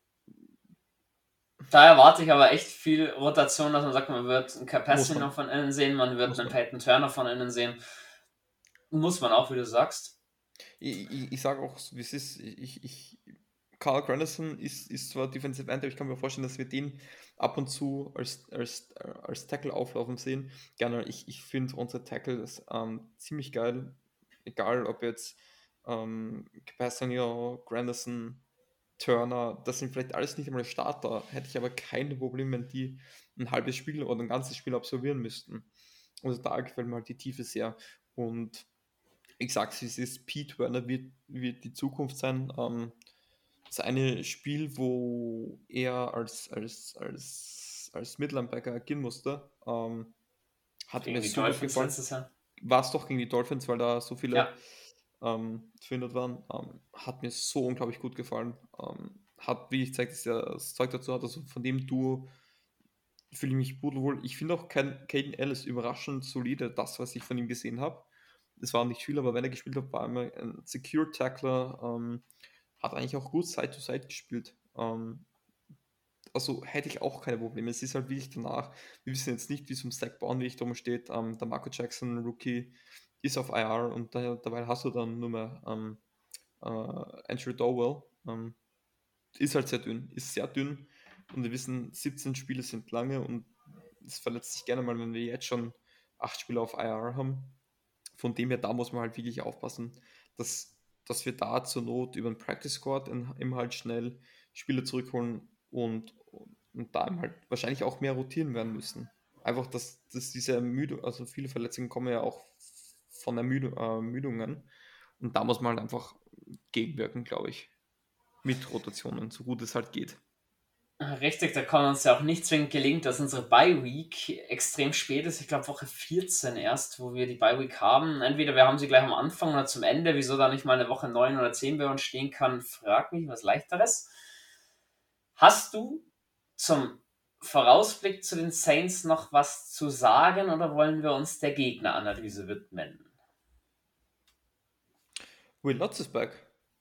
Da erwarte ich aber echt viel Rotation, dass man sagt, man wird einen Muss Capacino man. von innen sehen, man wird Muss einen man. Peyton Turner von innen sehen. Muss man auch, wie du sagst. Ich, ich, ich sage auch, wie es ist. Ich, ich, Carl Granderson ist, ist zwar Defensive End, aber ich kann mir vorstellen, dass wir den ab und zu als, als, äh, als Tackle auflaufen sehen. Gerne, ich, ich finde unsere Tackles ähm, ziemlich geil. Egal, ob jetzt ähm, Capassano, Granderson, Turner, das sind vielleicht alles nicht einmal Starter. Hätte ich aber keine Probleme, wenn die ein halbes Spiel oder ein ganzes Spiel absolvieren müssten. Also da gefällt mir halt die Tiefe sehr. Und ich sag's, wie es ist, Pete Werner wird, wird die Zukunft sein. Ähm, das eine Spiel, wo er als, als, als als Midlinebacker agieren musste. Ähm, hat Gegen mir die so gut Dolphins gefallen. letztes Jahr. War es doch gegen die Dolphins, weil da so viele Ja. ähm, verhindert waren. Ähm, hat mir so unglaublich gut gefallen. Ähm, hat, wie ich gezeigt, dass er das Zeug dazu hat. Also von dem Duo fühle ich mich pudelwohl. Ich finde auch Caden Ellis überraschend solide, das, was ich von ihm gesehen habe. Es war nicht viel, aber wenn er gespielt hat, war er ein Secure Tackler. Ähm, hat eigentlich auch gut Side-to-Side gespielt. Ähm, also hätte ich auch keine Probleme. Es ist halt wirklich danach. Wir wissen jetzt nicht, wie es um Zach Brown drum steht. Ähm, der Marco Jackson, Rookie, ist auf I R und da, dabei hast du dann nur mehr ähm, äh, Andrew Dowell. Ähm, ist halt sehr dünn, ist sehr dünn und wir wissen, siebzehn Spiele sind lange und es verletzt sich gerne mal, wenn wir jetzt schon acht Spiele auf I R haben. Von dem her, da muss man halt wirklich aufpassen, dass, dass wir da zur Not über den Practice Squad im halt schnell Spieler zurückholen und, und da halt wahrscheinlich auch mehr rotieren werden müssen. Einfach, dass, dass diese Ermüdung, also viele Verletzungen kommen ja auch von Ermüdung, Ermüdungen und da muss man halt einfach gegenwirken, glaube ich. Mit Rotationen, so gut es halt geht. Richtig, da kann uns ja auch nicht zwingend gelingen, dass unsere Bye-Week extrem spät ist. Ich glaube Woche vierzehn erst, wo wir die Bye-Week haben. Entweder wir haben sie gleich am Anfang oder zum Ende. Wieso da nicht mal eine Woche neun oder zehn bei uns stehen kann, frag mich was Leichteres. Hast du zum Vorausblick zu den Saints noch was zu sagen oder wollen wir uns der Gegneranalyse widmen? Will Lutz ist back.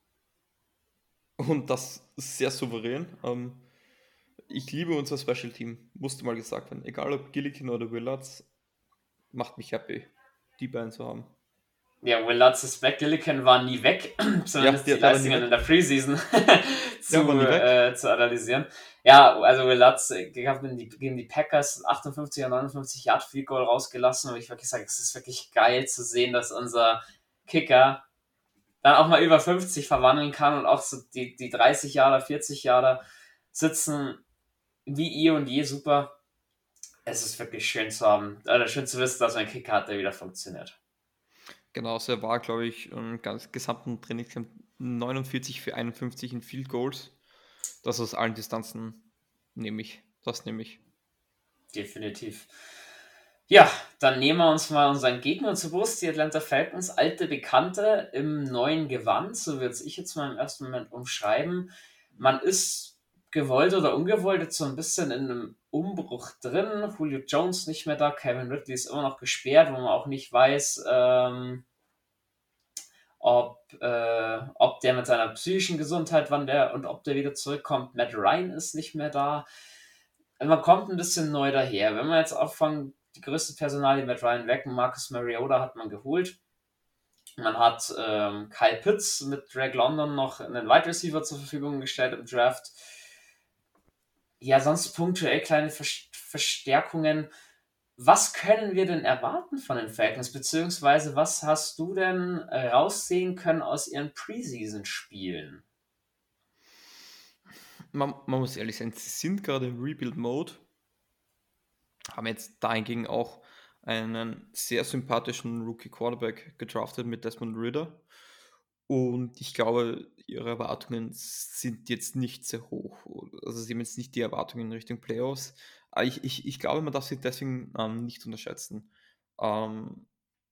Und das sehr souverän. Ähm, ich liebe unser Special Team, musste mal gesagt werden. Egal ob Gillikin oder Will Lutz, macht mich happy, die beiden zu haben. Ja, Will Lutz ist weg, Gillikin war nie weg, Ja, zumindest die der, der war nie Leistungen in weg. der Preseason Der war zu, nie weg. äh, zu analysieren. Ja, also Will Lutz äh, gegen die, gegen die Packers achtundfünfzig neunundfünfzig Yard Field Goal rausgelassen und ich wirklich sage, es ist wirklich geil zu sehen, dass unser Kicker dann auch mal über fünfzig verwandeln kann und auch so die, die dreißig Jahre, vierzig Jahre sitzen wie eh und je super. Es ist wirklich schön zu haben, oder schön zu wissen, dass mein Kicker hat, der wieder funktioniert. Genau, so er war, glaube ich, im ganz gesamten Trainingscamp neunundvierzig für einundfünfzig in Field Goals. Das aus allen Distanzen nehme ich. Das nehme ich. Definitiv. Ja, dann nehmen wir uns mal unseren Gegner zu Brust, die Atlanta Falcons, alte Bekannte im neuen Gewand, so würde ich jetzt mal im ersten Moment umschreiben. Man ist gewollt oder ungewollt jetzt so ein bisschen in einem Umbruch drin. Julio Jones nicht mehr da, Kevin Ridley ist immer noch gesperrt, wo man auch nicht weiß, ähm, ob, äh, ob der mit seiner psychischen Gesundheit, wann der und ob der wieder zurückkommt. Matt Ryan ist nicht mehr da. Man kommt ein bisschen neu daher. Wenn man jetzt auffangen, die größte Personalie mit Ryan weg, Marcus Mariota hat man geholt. Man hat ähm, Kyle Pitts mit Drake London noch einen Wide Receiver zur Verfügung gestellt im Draft. Ja, sonst punktuell kleine Verstärkungen. Was können wir denn erwarten von den Falcons? Beziehungsweise was hast du denn raussehen können aus ihren Preseason-Spielen? Man, man muss ehrlich sein, sie sind gerade im Rebuild-Mode. Haben jetzt dahingegen auch einen sehr sympathischen Rookie-Quarterback gedraftet mit Desmond Ridder. Und ich glaube, ihre Erwartungen sind jetzt nicht sehr hoch. Also sie haben jetzt nicht die Erwartungen in Richtung Playoffs. Aber ich, ich, ich glaube, man darf sie deswegen ähm, nicht unterschätzen. Ähm,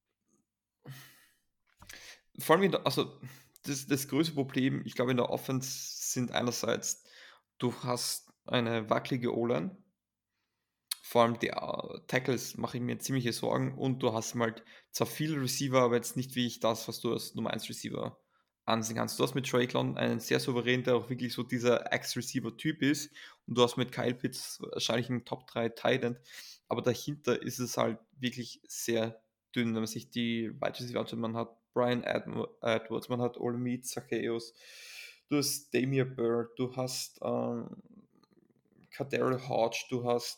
vor allem, in der, also das, das größte Problem, ich glaube, in der Offense sind einerseits, du hast eine wackelige O-Line. Vor allem die äh, Tackles mache ich mir ziemliche Sorgen und du hast halt zwar viele Receiver, aber jetzt nicht wie ich das, was du als Nummer eins Receiver ansehen kannst. Du hast mit Drake London einen sehr souverän, der auch wirklich so dieser Ex-Receiver-Typ ist und du hast mit Kyle Pitts wahrscheinlich einen Top drei Tight End, aber dahinter ist es halt wirklich sehr dünn, wenn man sich die Wide Receiver anschaut. Man hat Brian Edwards, man hat Olamide Zaccheaus, du hast Damier Bird, du hast ähm, Kadarius Hodge, du hast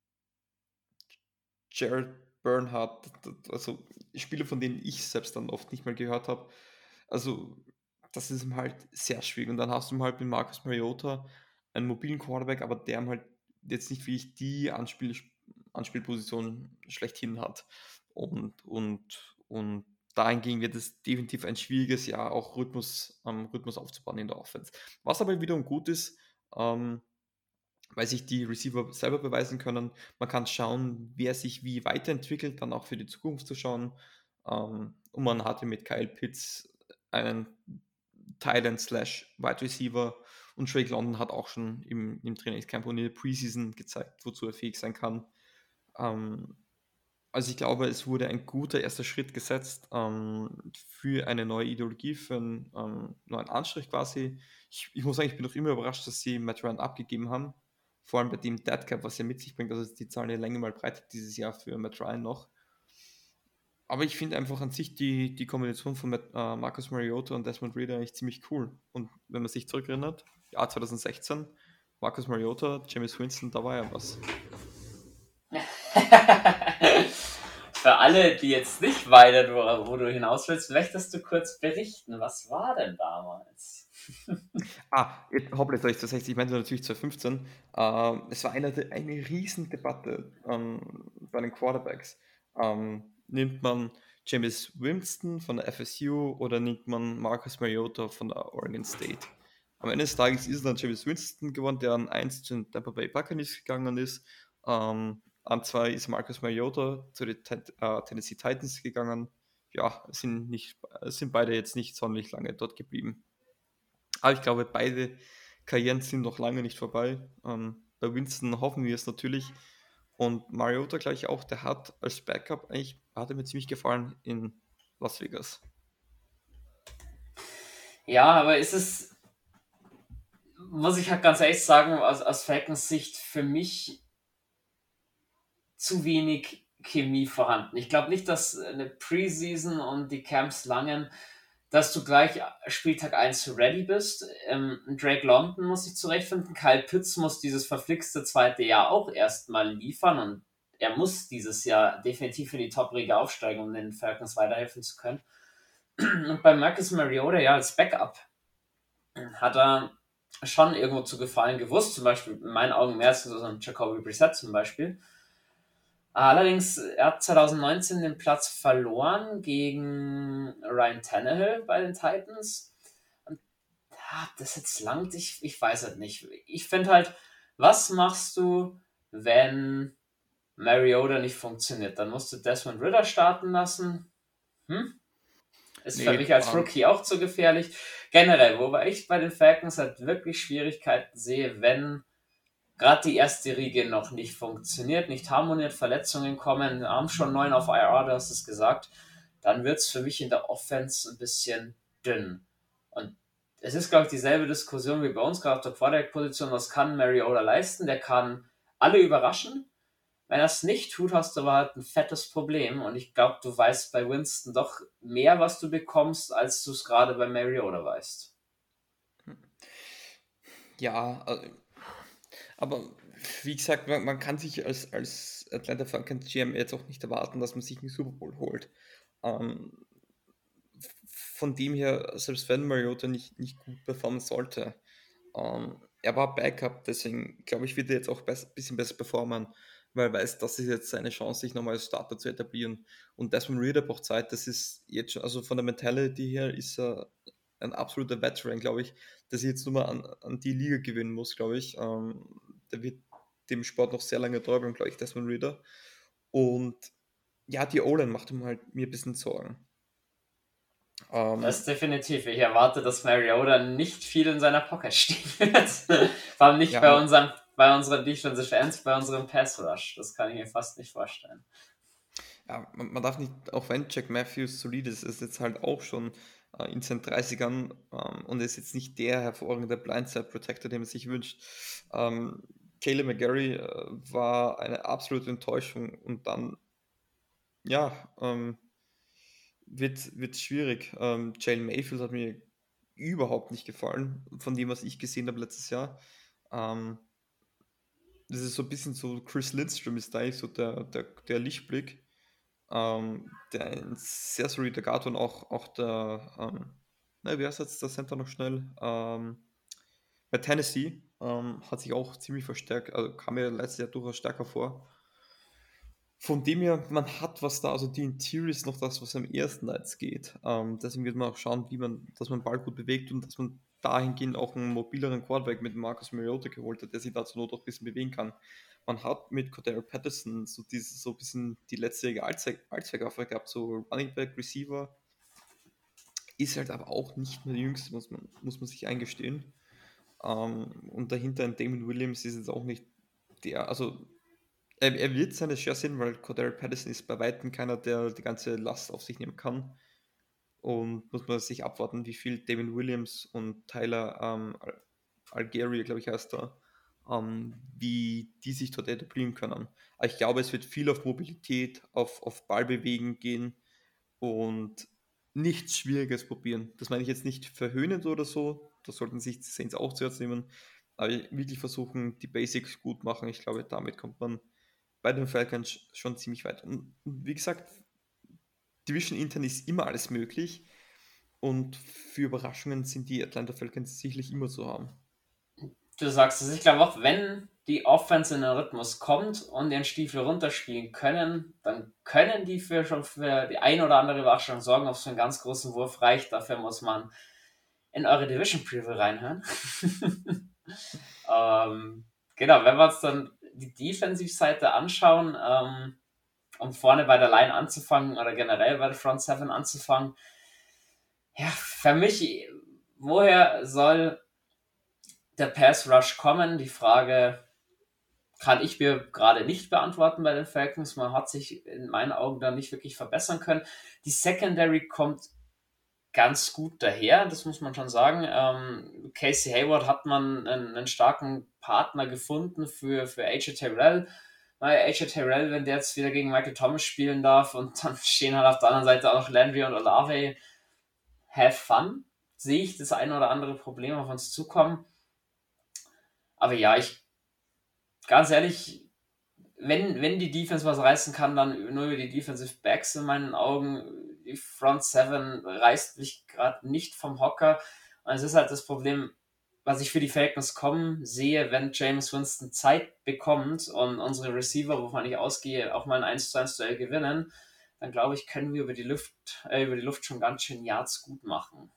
Jared Bernhardt, also Spiele, von denen ich selbst dann oft nicht mal gehört habe. Also, das ist ihm halt sehr schwierig. Und dann hast du halt mit Marcus Mariota einen mobilen Quarterback, aber der halt jetzt nicht wirklich die Anspiel Anspielposition schlechthin hat. Und, und, und dahingegen wird es definitiv ein schwieriges Jahr, auch Rhythmus, ähm, Rhythmus aufzubauen in der Offense. Was aber wiederum gut ist, ähm, weil sich die Receiver selber beweisen können. Man kann schauen, wer sich wie weiterentwickelt, dann auch für die Zukunft zu schauen. Ähm, und man hatte mit Kyle Pitts einen Tight End slash Wide Receiver und Drake London hat auch schon im, im Trainingscamp und in der Preseason gezeigt, wozu er fähig sein kann. Ähm, also ich glaube, es wurde ein guter erster Schritt gesetzt ähm, für eine neue Ideologie, für einen ähm, neuen Anstrich quasi. Ich, ich muss sagen, ich bin noch immer überrascht, dass sie Matt Ryan abgegeben haben. Vor allem bei dem Dead Cap, was er mit sich bringt. Also die zahlen ja länger mal breit dieses Jahr für Matt Ryan noch. Aber ich finde einfach an sich die, die Kombination von Matt, äh, Marcus Mariota und Desmond Ridder eigentlich ziemlich cool. Und wenn man sich zurückerinnert, Jahr zwanzig sechzehn, Marcus Mariota, Jameis Winston, da war ja was. Für alle, die jetzt nicht weiter, wo, wo du hinaus willst, möchtest du kurz berichten, was war denn damals? Ah, jetzt, hoppla, jetzt habe ich das heißt, ich meinte natürlich zwanzig fünfzehn. Ähm, es war eine, eine Riesendebatte ähm, bei den Quarterbacks. Ähm, nimmt man Jameis Winston von der F S U oder nimmt man Marcus Mariota von der Oregon State? Am Ende des Tages ist es dann Jameis Winston geworden, der an eins zu den Tampa Bay Buccaneers gegangen ist. Ähm, an zwei ist Marcus Mariota zu den Ten- äh, Tennessee Titans gegangen. Ja, sind, nicht, sind beide jetzt nicht sonderlich lange dort geblieben. Aber ich glaube, beide Karrieren sind noch lange nicht vorbei. Ähm, bei Winston hoffen wir es natürlich. Und Mariota gleich auch, der hat als Backup eigentlich, hat er mir ziemlich gefallen in Las Vegas. Ja, aber ist es, muss ich halt ganz ehrlich sagen, aus, aus Falcons Sicht für mich zu wenig Chemie vorhanden. Ich glaube nicht, dass eine Preseason und die Camps langen, dass du gleich Spieltag eins ready bist. Ähm, Drake London muss sich zurechtfinden. Kyle Pitts muss dieses verflixte zweite Jahr auch erstmal liefern und er muss dieses Jahr definitiv in die Top-Riege aufsteigen, um den Falcons weiterhelfen zu können. Und bei Marcus Mariota, ja, als Backup hat er schon irgendwo zu gefallen gewusst. Zum Beispiel in meinen Augen mehr als so ein Jacoby Brissett zum Beispiel. Allerdings, er hat zwanzig neunzehn den Platz verloren gegen Ryan Tannehill bei den Titans. Und ja, ob das jetzt langt, ich, ich weiß es nicht. Ich finde halt, was machst du, wenn Mariota nicht funktioniert? Dann musst du Desmond Ridder starten lassen. Hm? Ist für Nee, mich als ähm, Rookie auch zu gefährlich. Generell, wobei ich bei den Falcons halt wirklich Schwierigkeiten sehe, wenn gerade die erste Riege noch nicht funktioniert, nicht harmoniert, Verletzungen kommen, haben schon neun auf I R, du hast es gesagt, dann wird es für mich in der Offense ein bisschen dünn. Und es ist, glaube ich, dieselbe Diskussion wie bei uns gerade auf der Quarterback-Position. Was kann Mariota leisten? Der kann alle überraschen. Wenn er es nicht tut, hast du aber halt ein fettes Problem. Und ich glaube, du weißt bei Winston doch mehr, was du bekommst, als du es gerade bei Mariota weißt. ja, äh, aber wie gesagt, man, man kann sich als, als Atlanta Falcons G M jetzt auch nicht erwarten, dass man sich einen Super Bowl holt. Ähm, von dem her, selbst wenn Mariota nicht, nicht gut performen sollte, ähm, er war Backup, deswegen glaube ich, wird er jetzt auch ein bisschen besser performen, weil er weiß, das ist jetzt seine Chance, sich nochmal als Starter zu etablieren. Und Desmond Ridder braucht Zeit, das ist jetzt schon, also von der Mentality her ist er ein absoluter Veteran, glaube ich, dass er jetzt nur mal an, an die Liga gewinnen muss, glaube ich. Ähm, der wird dem Sport noch sehr lange treu bleiben, glaube ich, Desmond Ridder. Und ja, die O-Line macht ihm halt mir ein bisschen Sorgen. Das Ähm, definitiv. Ich erwarte, dass Mariota nicht viel in seiner Pocket stehen wird. Vor allem nicht ja, bei man, unseren, bei unseren Defensive Ends, bei unserem Pass Rush. Das kann ich mir fast nicht vorstellen. ja, man, man darf nicht, auch wenn Jack Matthews solide ist, ist jetzt halt auch schon äh, in seinen dreißigern ähm, und ist jetzt nicht der hervorragende Blindside-Protector, den man sich wünscht. Ähm, Caleb McGarry äh, war eine absolute Enttäuschung und dann, ja, ähm, wird, wird schwierig. Ähm, Jalen Mayfield hat mir überhaupt nicht gefallen, von dem, was ich gesehen habe letztes Jahr. Ähm, das ist so ein bisschen so, Chris Lindstrom ist da eigentlich so der, der, der Lichtblick. Ähm, der ein sehr solider Guard und auch, auch der, ähm, na, wie heißt jetzt der Center noch schnell? Ähm, bei Tennessee ähm, hat sich auch ziemlich verstärkt, also kam mir letztes Jahr durchaus stärker vor. Von dem her, man hat was da, also die Interior ist noch das, was am ersten Nights geht. Ähm, deswegen wird man auch schauen, wie man, dass man den Ball gut bewegt und dass man dahingehend auch einen mobileren Quarterback mit Marcus Mariota geholt hat, der sich dazu Not auch ein bisschen bewegen kann. Man hat mit Cordero Patterson so dieses so ein bisschen die letztjährige Allzweck, Allzweckwaffe gehabt, so Running Back, Receiver, ist halt aber auch nicht mehr der Jüngste, muss man, muss man sich eingestehen. Ähm, und dahinter ein Damon Williams ist jetzt auch nicht der, also er, er wird seine Share sehen, weil Cordero Patterson ist bei Weitem keiner, der die ganze Last auf sich nehmen kann. Und muss man sich abwarten, wie viel Damon Williams und Tyler ähm, Al- Algieri, glaube ich, heißt er, ähm, wie die sich dort etablieren können. Aber ich glaube, es wird viel auf Mobilität, auf, auf Ballbewegen gehen und nichts Schwieriges probieren. Das meine ich jetzt nicht verhöhnend oder so, das sollten sich die Saints auch zu Herzen nehmen, aber wirklich versuchen, die Basics gut machen. Ich glaube, damit kommt man bei den Falcons schon ziemlich weit. Und wie gesagt, Division intern ist immer alles möglich und für Überraschungen sind die Atlanta Falcons sicherlich immer zu haben. Du sagst es, ich glaube auch, wenn die Offense in den Rhythmus kommt und den Stiefel runterspielen können, dann können die für schon für die ein oder andere Überraschung sorgen, ob es für einen ganz großen Wurf reicht. Dafür muss man in eure Division Preview reinhören. ähm, genau, wenn wir uns dann die Defensivseite anschauen, ähm, um vorne bei der Line anzufangen oder generell bei der Front Seven anzufangen, ja, für mich, woher soll der Pass Rush kommen? Die Frage kann ich mir gerade nicht beantworten bei den Falcons. Man hat sich in meinen Augen da nicht wirklich verbessern können. Die Secondary kommt ganz gut daher, das muss man schon sagen. Ähm, Casey Hayward hat man einen, einen starken Partner gefunden für, für A J Terrell. Weil A J Terrell, wenn der jetzt wieder gegen Michael Thomas spielen darf und dann stehen halt auf der anderen Seite auch Landry und Olave, have fun. Sehe ich das ein oder andere Problem auf uns zukommen. Aber ja, ich, ganz ehrlich, wenn, wenn die Defense was reißen kann, dann nur über die Defensive Backs in meinen Augen. Die Front Seven reißt mich gerade nicht vom Hocker. Und es ist halt das Problem, was ich für die Falcons kommen sehe, wenn James Winston Zeit bekommt und unsere Receiver, wovon ich ausgehe, auch mal ein eins zu eins Duell gewinnen, dann glaube ich, können wir über die Luft, äh, über die Luft schon ganz schön Yards gut machen.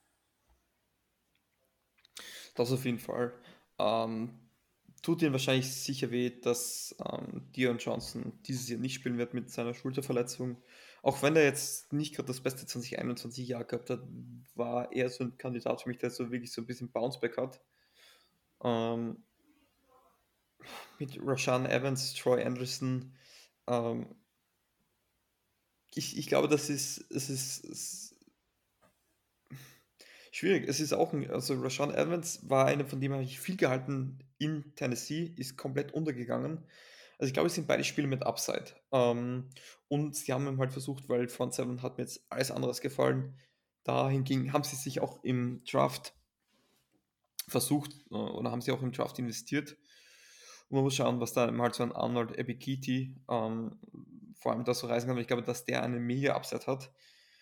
Das auf jeden Fall. Ähm, tut ihnen wahrscheinlich sicher weh, dass ähm, Dion Johnson dieses Jahr nicht spielen wird mit seiner Schulterverletzung. Auch wenn er jetzt nicht gerade das beste zwanzig einundzwanzig Jahr gehabt hat, war er so ein Kandidat für mich, der so wirklich so ein bisschen Bounceback hat. Ähm, mit Rashaan Evans, Troy Anderson. Ähm, ich, ich glaube, das ist, es ist, es schwierig. Es ist auch ein, also Rashaan Evans war einer, von dem habe ich viel gehalten in Tennessee, ist komplett untergegangen. Also ich glaube, es sind beide Spiele mit Upside. Ähm, und sie haben ihm halt versucht, weil Front Seven hat mir jetzt alles anderes gefallen. Dahingegen haben sie sich auch im Draft versucht äh, oder haben sie auch im Draft investiert. Und man muss schauen, was da halt so ein Arnold Ebikiti ähm, vor allem da so reisen kann. Ich glaube, dass der eine mega Upside hat.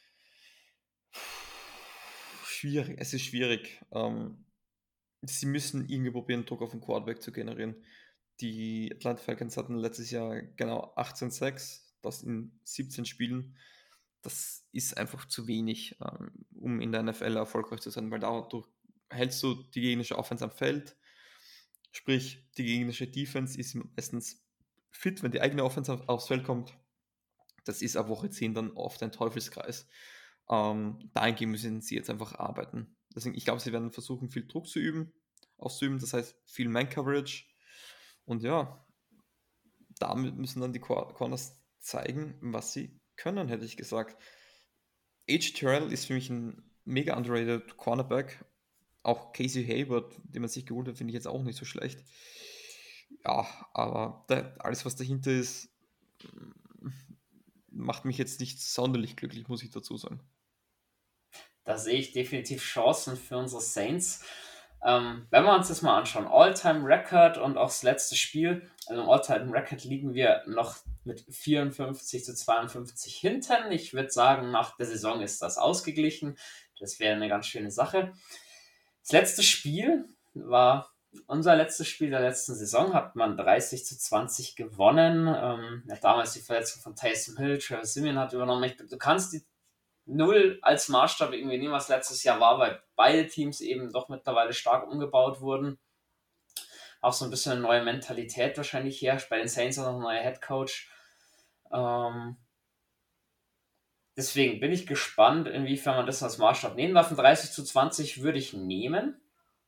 Schwierig, es ist schwierig. Ähm, sie müssen irgendwie probieren, Druck auf den Quarterback zu generieren. Die Atlanta Falcons hatten letztes Jahr genau achtzehn sechs, das in siebzehn Spielen. Das ist einfach zu wenig, ähm, um in der N F L erfolgreich zu sein, weil dadurch hältst du die gegnerische Offense am Feld. Sprich, die gegnerische Defense ist meistens fit, wenn die eigene Offense auf, aufs Feld kommt. Das ist ab Woche zehn dann oft ein Teufelskreis. Ähm, dahingehend müssen sie jetzt einfach arbeiten. Deswegen, ich glaube, sie werden versuchen, viel Druck zu üben, auszuüben, das heißt viel Man-Coverage. Und ja, damit müssen dann die Cor- Corners zeigen, was sie können, hätte ich gesagt. A J Terrell ist für mich ein mega underrated Cornerback. Auch Casey Hayward, den man sich geholt hat, finde ich jetzt auch nicht so schlecht. Ja, aber da, alles, was dahinter ist, mm, macht mich jetzt nicht sonderlich glücklich, muss ich dazu sagen. Da sehe ich definitiv Chancen für unsere Saints. Ähm, wenn wir uns das mal anschauen, All-Time-Record und auch das letzte Spiel, also im All-Time-Record liegen wir noch mit vierundfünfzig zu zweiundfünfzig hinten. Ich würde sagen, nach der Saison ist das ausgeglichen. Das wäre eine ganz schöne Sache. Das letzte Spiel war unser letztes Spiel der letzten Saison hat man dreißig zu zwanzig gewonnen. Ähm, ja, damals die Verletzung von Taysom Hill, Travis Simeon hat übernommen. Ich, du kannst die Null als Maßstab irgendwie nehmen, was letztes Jahr war, weil beide Teams eben doch mittlerweile stark umgebaut wurden. Auch so ein bisschen eine neue Mentalität wahrscheinlich herrscht. Bei den Saints auch noch ein neuer Headcoach. Ähm, deswegen bin ich gespannt, inwiefern man das als Maßstab nehmen darf. dreißig zu zwanzig würde ich nehmen.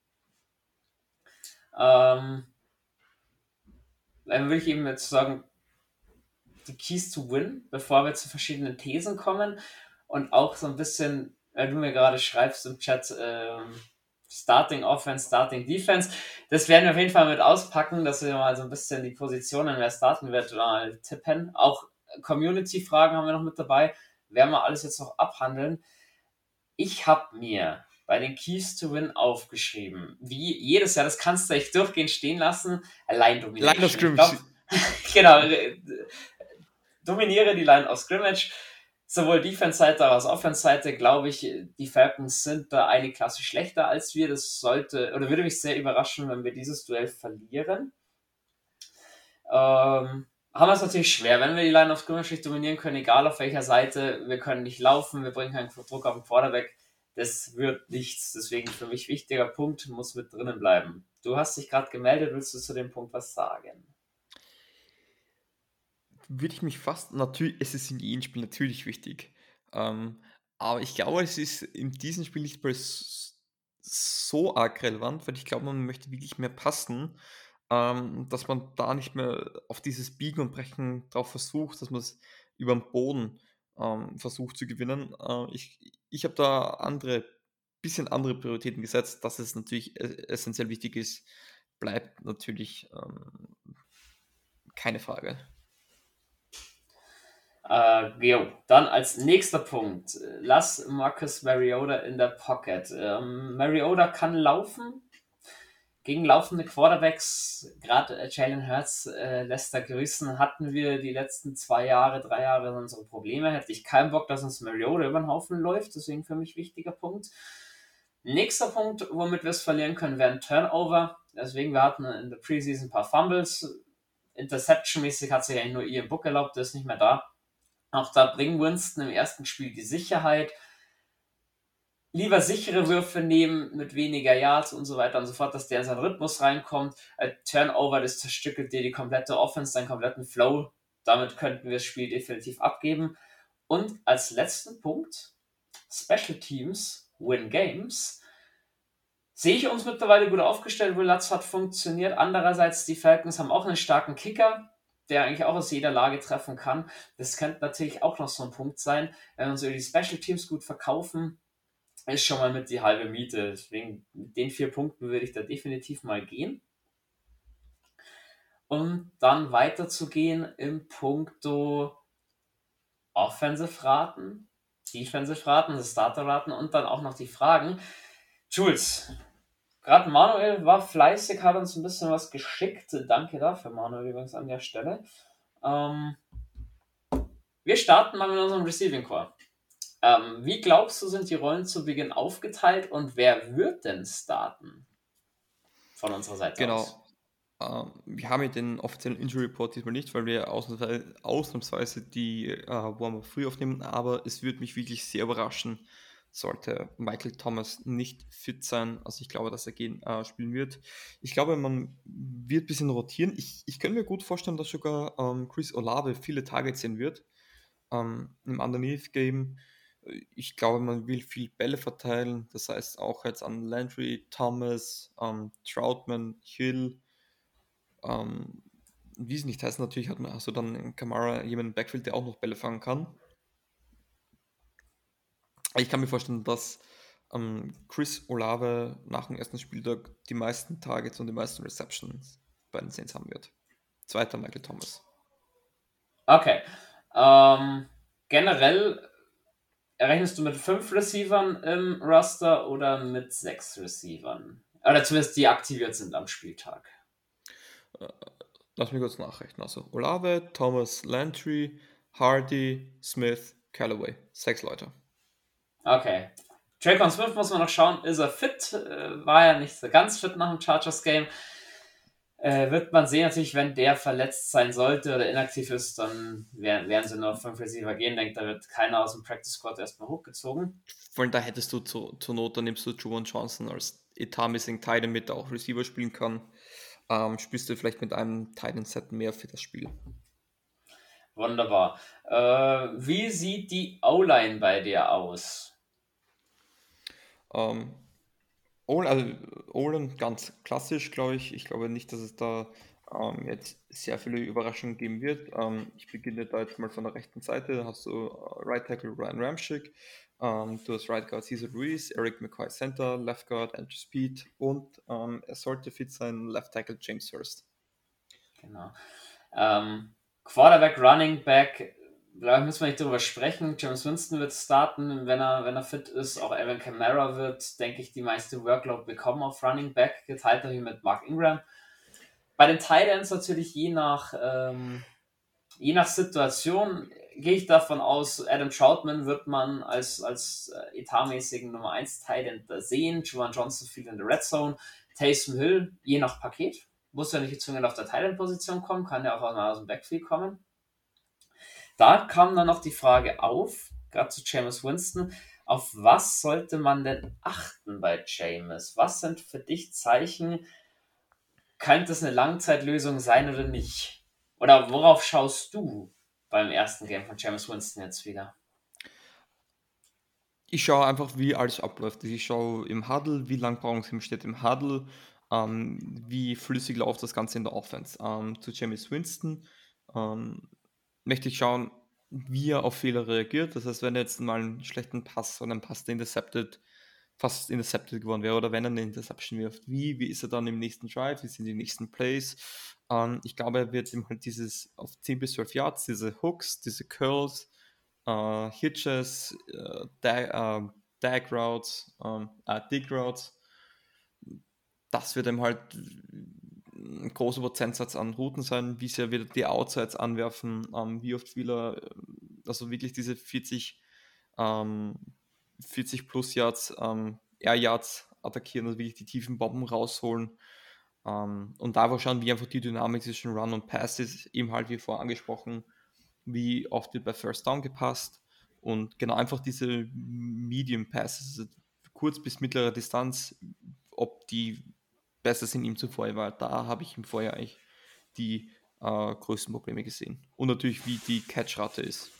Ähm, dann würde ich eben jetzt sagen, die Keys to Win, bevor wir zu verschiedenen Thesen kommen und auch so ein bisschen, weil du mir gerade schreibst im Chat, ähm, Starting Offense, Starting Defense. Das werden wir auf jeden Fall mit auspacken, dass wir mal so ein bisschen die Positionen, wer starten wird, mal tippen. Auch Community-Fragen haben wir noch mit dabei. Werden wir alles jetzt noch abhandeln. Ich habe mir bei den Keys to Win aufgeschrieben, wie jedes Jahr, das kannst du echt durchgehend stehen lassen, Line Domination. Line of Scrimmage. Genau, dominiere die Line of Scrimmage. Sowohl Defense-Seite als auch Offense-Seite, glaube ich, die Falcons sind da eine Klasse schlechter als wir. Das sollte, oder würde mich sehr überraschen, wenn wir dieses Duell verlieren. Ähm, haben wir es natürlich schwer. Wenn wir die Line of Scrimmage nicht dominieren können, egal auf welcher Seite, wir können nicht laufen, wir bringen keinen Druck auf den Quarterback. Das wird nichts. Deswegen für mich wichtiger Punkt, muss mit drinnen bleiben. Du hast dich gerade gemeldet, willst du zu dem Punkt was sagen? Würde ich mich fast, natürlich, es ist in jedem Spiel natürlich wichtig. Ähm, aber ich glaube, es ist in diesem Spiel nicht mehr so arg relevant, weil ich glaube, man möchte wirklich mehr passen, ähm, dass man da nicht mehr auf dieses Biegen und Brechen drauf versucht, dass man es über den Boden ähm, versucht zu gewinnen. Äh, ich ich habe da andere, bisschen andere Prioritäten gesetzt, dass es natürlich e- essentiell wichtig ist, bleibt natürlich ähm, keine Frage. Äh, jo. Dann als nächster Punkt, lass Marcus Mariota in der Pocket. Ähm, Mariota kann laufen. Gegen laufende Quarterbacks, gerade äh, Jalen Hurts äh, lässt da grüßen, hatten wir die letzten zwei Jahre, drei Jahre unsere Probleme. Hätte ich keinen Bock, dass uns Mariota über den Haufen läuft. Deswegen für mich wichtiger Punkt. Nächster Punkt, womit wir es verlieren können, wären Turnover. Deswegen, wir hatten in der Preseason ein paar Fumbles. Interception-mäßig hat sich eigentlich nur Ian Book erlaubt, der ist nicht mehr da. Auch da bringt Winston im ersten Spiel die Sicherheit. Lieber sichere Würfe nehmen mit weniger Yards und so weiter und so fort, dass der in seinen Rhythmus reinkommt. Ein Turnover, das zerstückelt dir die komplette Offense, deinen kompletten Flow. Damit könnten wir das Spiel definitiv abgeben. Und als letzten Punkt, Special Teams win Games. Sehe ich uns mittlerweile gut aufgestellt. Will Lutz hat funktioniert. Andererseits, die Falcons haben auch einen starken Kicker, der eigentlich auch aus jeder Lage treffen kann. Das könnte natürlich auch noch so ein Punkt sein. Wenn wir uns über die Special Teams gut verkaufen, ist schon mal mit die halbe Miete. Deswegen mit den vier Punkten würde ich da definitiv mal gehen. Um dann weiterzugehen im Punkto Offensive-Raten, Defensive-Raten, Starter-Raten und dann auch noch die Fragen. Jules, gerade Manuel war fleißig, hat uns ein bisschen was geschickt. Danke dafür, Manuel, übrigens an der Stelle. Ähm, wir starten mal mit unserem Receiving Core. Ähm, wie glaubst du, sind die Rollen zu Beginn aufgeteilt und wer wird denn starten? Von unserer Seite Genau. aus. Ähm, wir haben ja den offiziellen Injury Report diesmal nicht, weil wir ausnahmsweise, ausnahmsweise die äh, Warm-Up früh aufnehmen, aber es würde mich wirklich sehr überraschen, sollte Michael Thomas nicht fit sein. Also ich glaube, dass er gehen, äh, spielen wird. Ich glaube, man wird ein bisschen rotieren. Ich, ich könnte mir gut vorstellen, dass sogar ähm, Chris Olave viele Targets sehen wird ähm, im Underneath-Game. Ich glaube, man will viel Bälle verteilen. Das heißt auch jetzt an Landry, Thomas, ähm, Troutman, Hill. Ähm, wie es nicht heißt, natürlich hat man, hast du dann in Kamara jemanden im Backfield, der auch noch Bälle fangen kann. Ich kann mir vorstellen, dass ähm, Chris Olave nach dem ersten Spieltag die meisten Targets und die meisten Receptions bei den Saints haben wird. Zweiter Michael Thomas. Okay. Ähm, generell rechnest du mit fünf Receivern im Roster oder mit sechs Receivern? Oder zumindest die aktiviert sind am Spieltag. Äh, lass mich kurz nachrechnen. Also Olave, Thomas, Landry, Hardy, Smith, Callaway. Sechs Leute. Okay. Traquan Smith muss man noch schauen, ist er fit? Äh, war ja nicht so ganz fit nach dem Chargers-Game. Äh, wird man sehen, natürlich, wenn der verletzt sein sollte oder inaktiv ist, dann werden, werden sie nur auf fünf Receiver gehen. Denkt, da wird keiner aus dem Practice Squad erstmal hochgezogen. Vor allem da hättest du zu, zur Not, dann nimmst du Juwan Johnson als Etat-Missing Titan mit, der auch Receiver spielen kann. Ähm, spielst du vielleicht mit einem Titan-Set mehr für das Spiel. Wunderbar. Äh, wie sieht die O-Line bei dir aus? Ähm, also Olen ganz klassisch, glaube ich. Ich glaube nicht, dass es da ähm, jetzt sehr viele Überraschungen geben wird. Ähm, ich beginne da jetzt mal von der rechten Seite. Da hast du äh, Right Tackle Ryan Ramchick, ähm, du hast Right Guard Cesar Ruiz, Eric McCoy Center, Left Guard Andrew Speed und ähm, er sollte fit sein, Left Tackle James Hurst. Genau. Ähm, Quarterback, Running Back, glaube ich, müssen wir nicht darüber sprechen. James Winston wird starten, wenn er, wenn er fit ist. Auch Evan Kamara wird, denke ich, die meiste Workload bekommen auf Running Back, geteilt natürlich mit Mark Ingram. Bei den Titans natürlich je nach, ähm, je nach Situation gehe ich davon aus, Adam Troutman wird man als, als äh, etatmäßigen Nummer eins Titan sehen. Juwan Johnson viel in der Red Zone. Taysom Hill, je nach Paket. Muss ja nicht zwingend auf der Titan-Position kommen, kann ja auch mal aus dem Backfield kommen. Da kam dann noch die Frage auf, gerade zu Jameis Winston, auf was sollte man denn achten bei Jameis? Was sind für dich Zeichen, könnte es eine Langzeitlösung sein oder nicht? Oder worauf schaust du beim ersten Game von Jameis Winston jetzt wieder? Ich schaue einfach, wie alles abläuft. Ich schaue im Huddle, wie lang Braunsheim steht im Huddle, ähm, wie flüssig läuft das Ganze in der Offense. Ähm, zu Jameis Winston ähm, möchte ich schauen, wie er auf Fehler reagiert. Das heißt, wenn er jetzt mal einen schlechten Pass oder einen Pass, der intercepted, fast intercepted geworden wäre, oder wenn er eine Interception wirft, wie, wie ist er dann im nächsten Drive, wie sind die nächsten Plays? Ähm, ich glaube, er wird ihm halt dieses auf zehn bis zwölf Yards, diese Hooks, diese Curls, äh, Hitches, äh, Dag, äh, Dag Routes, ähm, äh, Dig Routes, das wird ihm halt ein großer Prozentsatz an Routen sein, wie sehr wird er die Outsides anwerfen, ähm, wie oft will er, äh, also wirklich diese vierzig, ähm, vierzig plus Yards, ähm, Air Yards attackieren, also wirklich die tiefen Bomben rausholen. Ähm, und da war schauen, wie einfach die Dynamik zwischen Run und Pass ist, eben halt wie vorher angesprochen, wie oft wird bei First Down gepasst und genau einfach diese Medium Passes, also kurz bis mittlere Distanz, ob die besser sind ihm zuvor, weil da habe ich im Vorjahr eigentlich die äh, größten Probleme gesehen. Und natürlich, wie die Catch-Rate ist.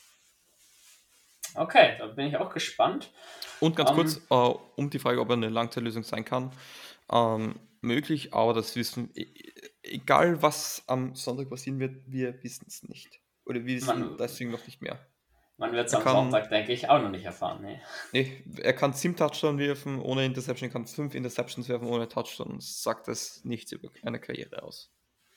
Okay, da bin ich auch gespannt. Und ganz Ähm, kurz, äh, um die Frage, ob er eine Langzeitlösung sein kann, ähm, möglich, aber das wissen, e- egal was am Sonntag passieren wird, wir wissen es nicht. Oder wir wissen man deswegen noch nicht mehr. man wird es Er am kann, Sonntag, denke ich, auch noch nicht erfahren. Nee. nee, er kann sieben Touchdown werfen ohne Interception, er kann fünf Interceptions werfen ohne Touchdown. Das sagt das nichts über eine Karriere aus.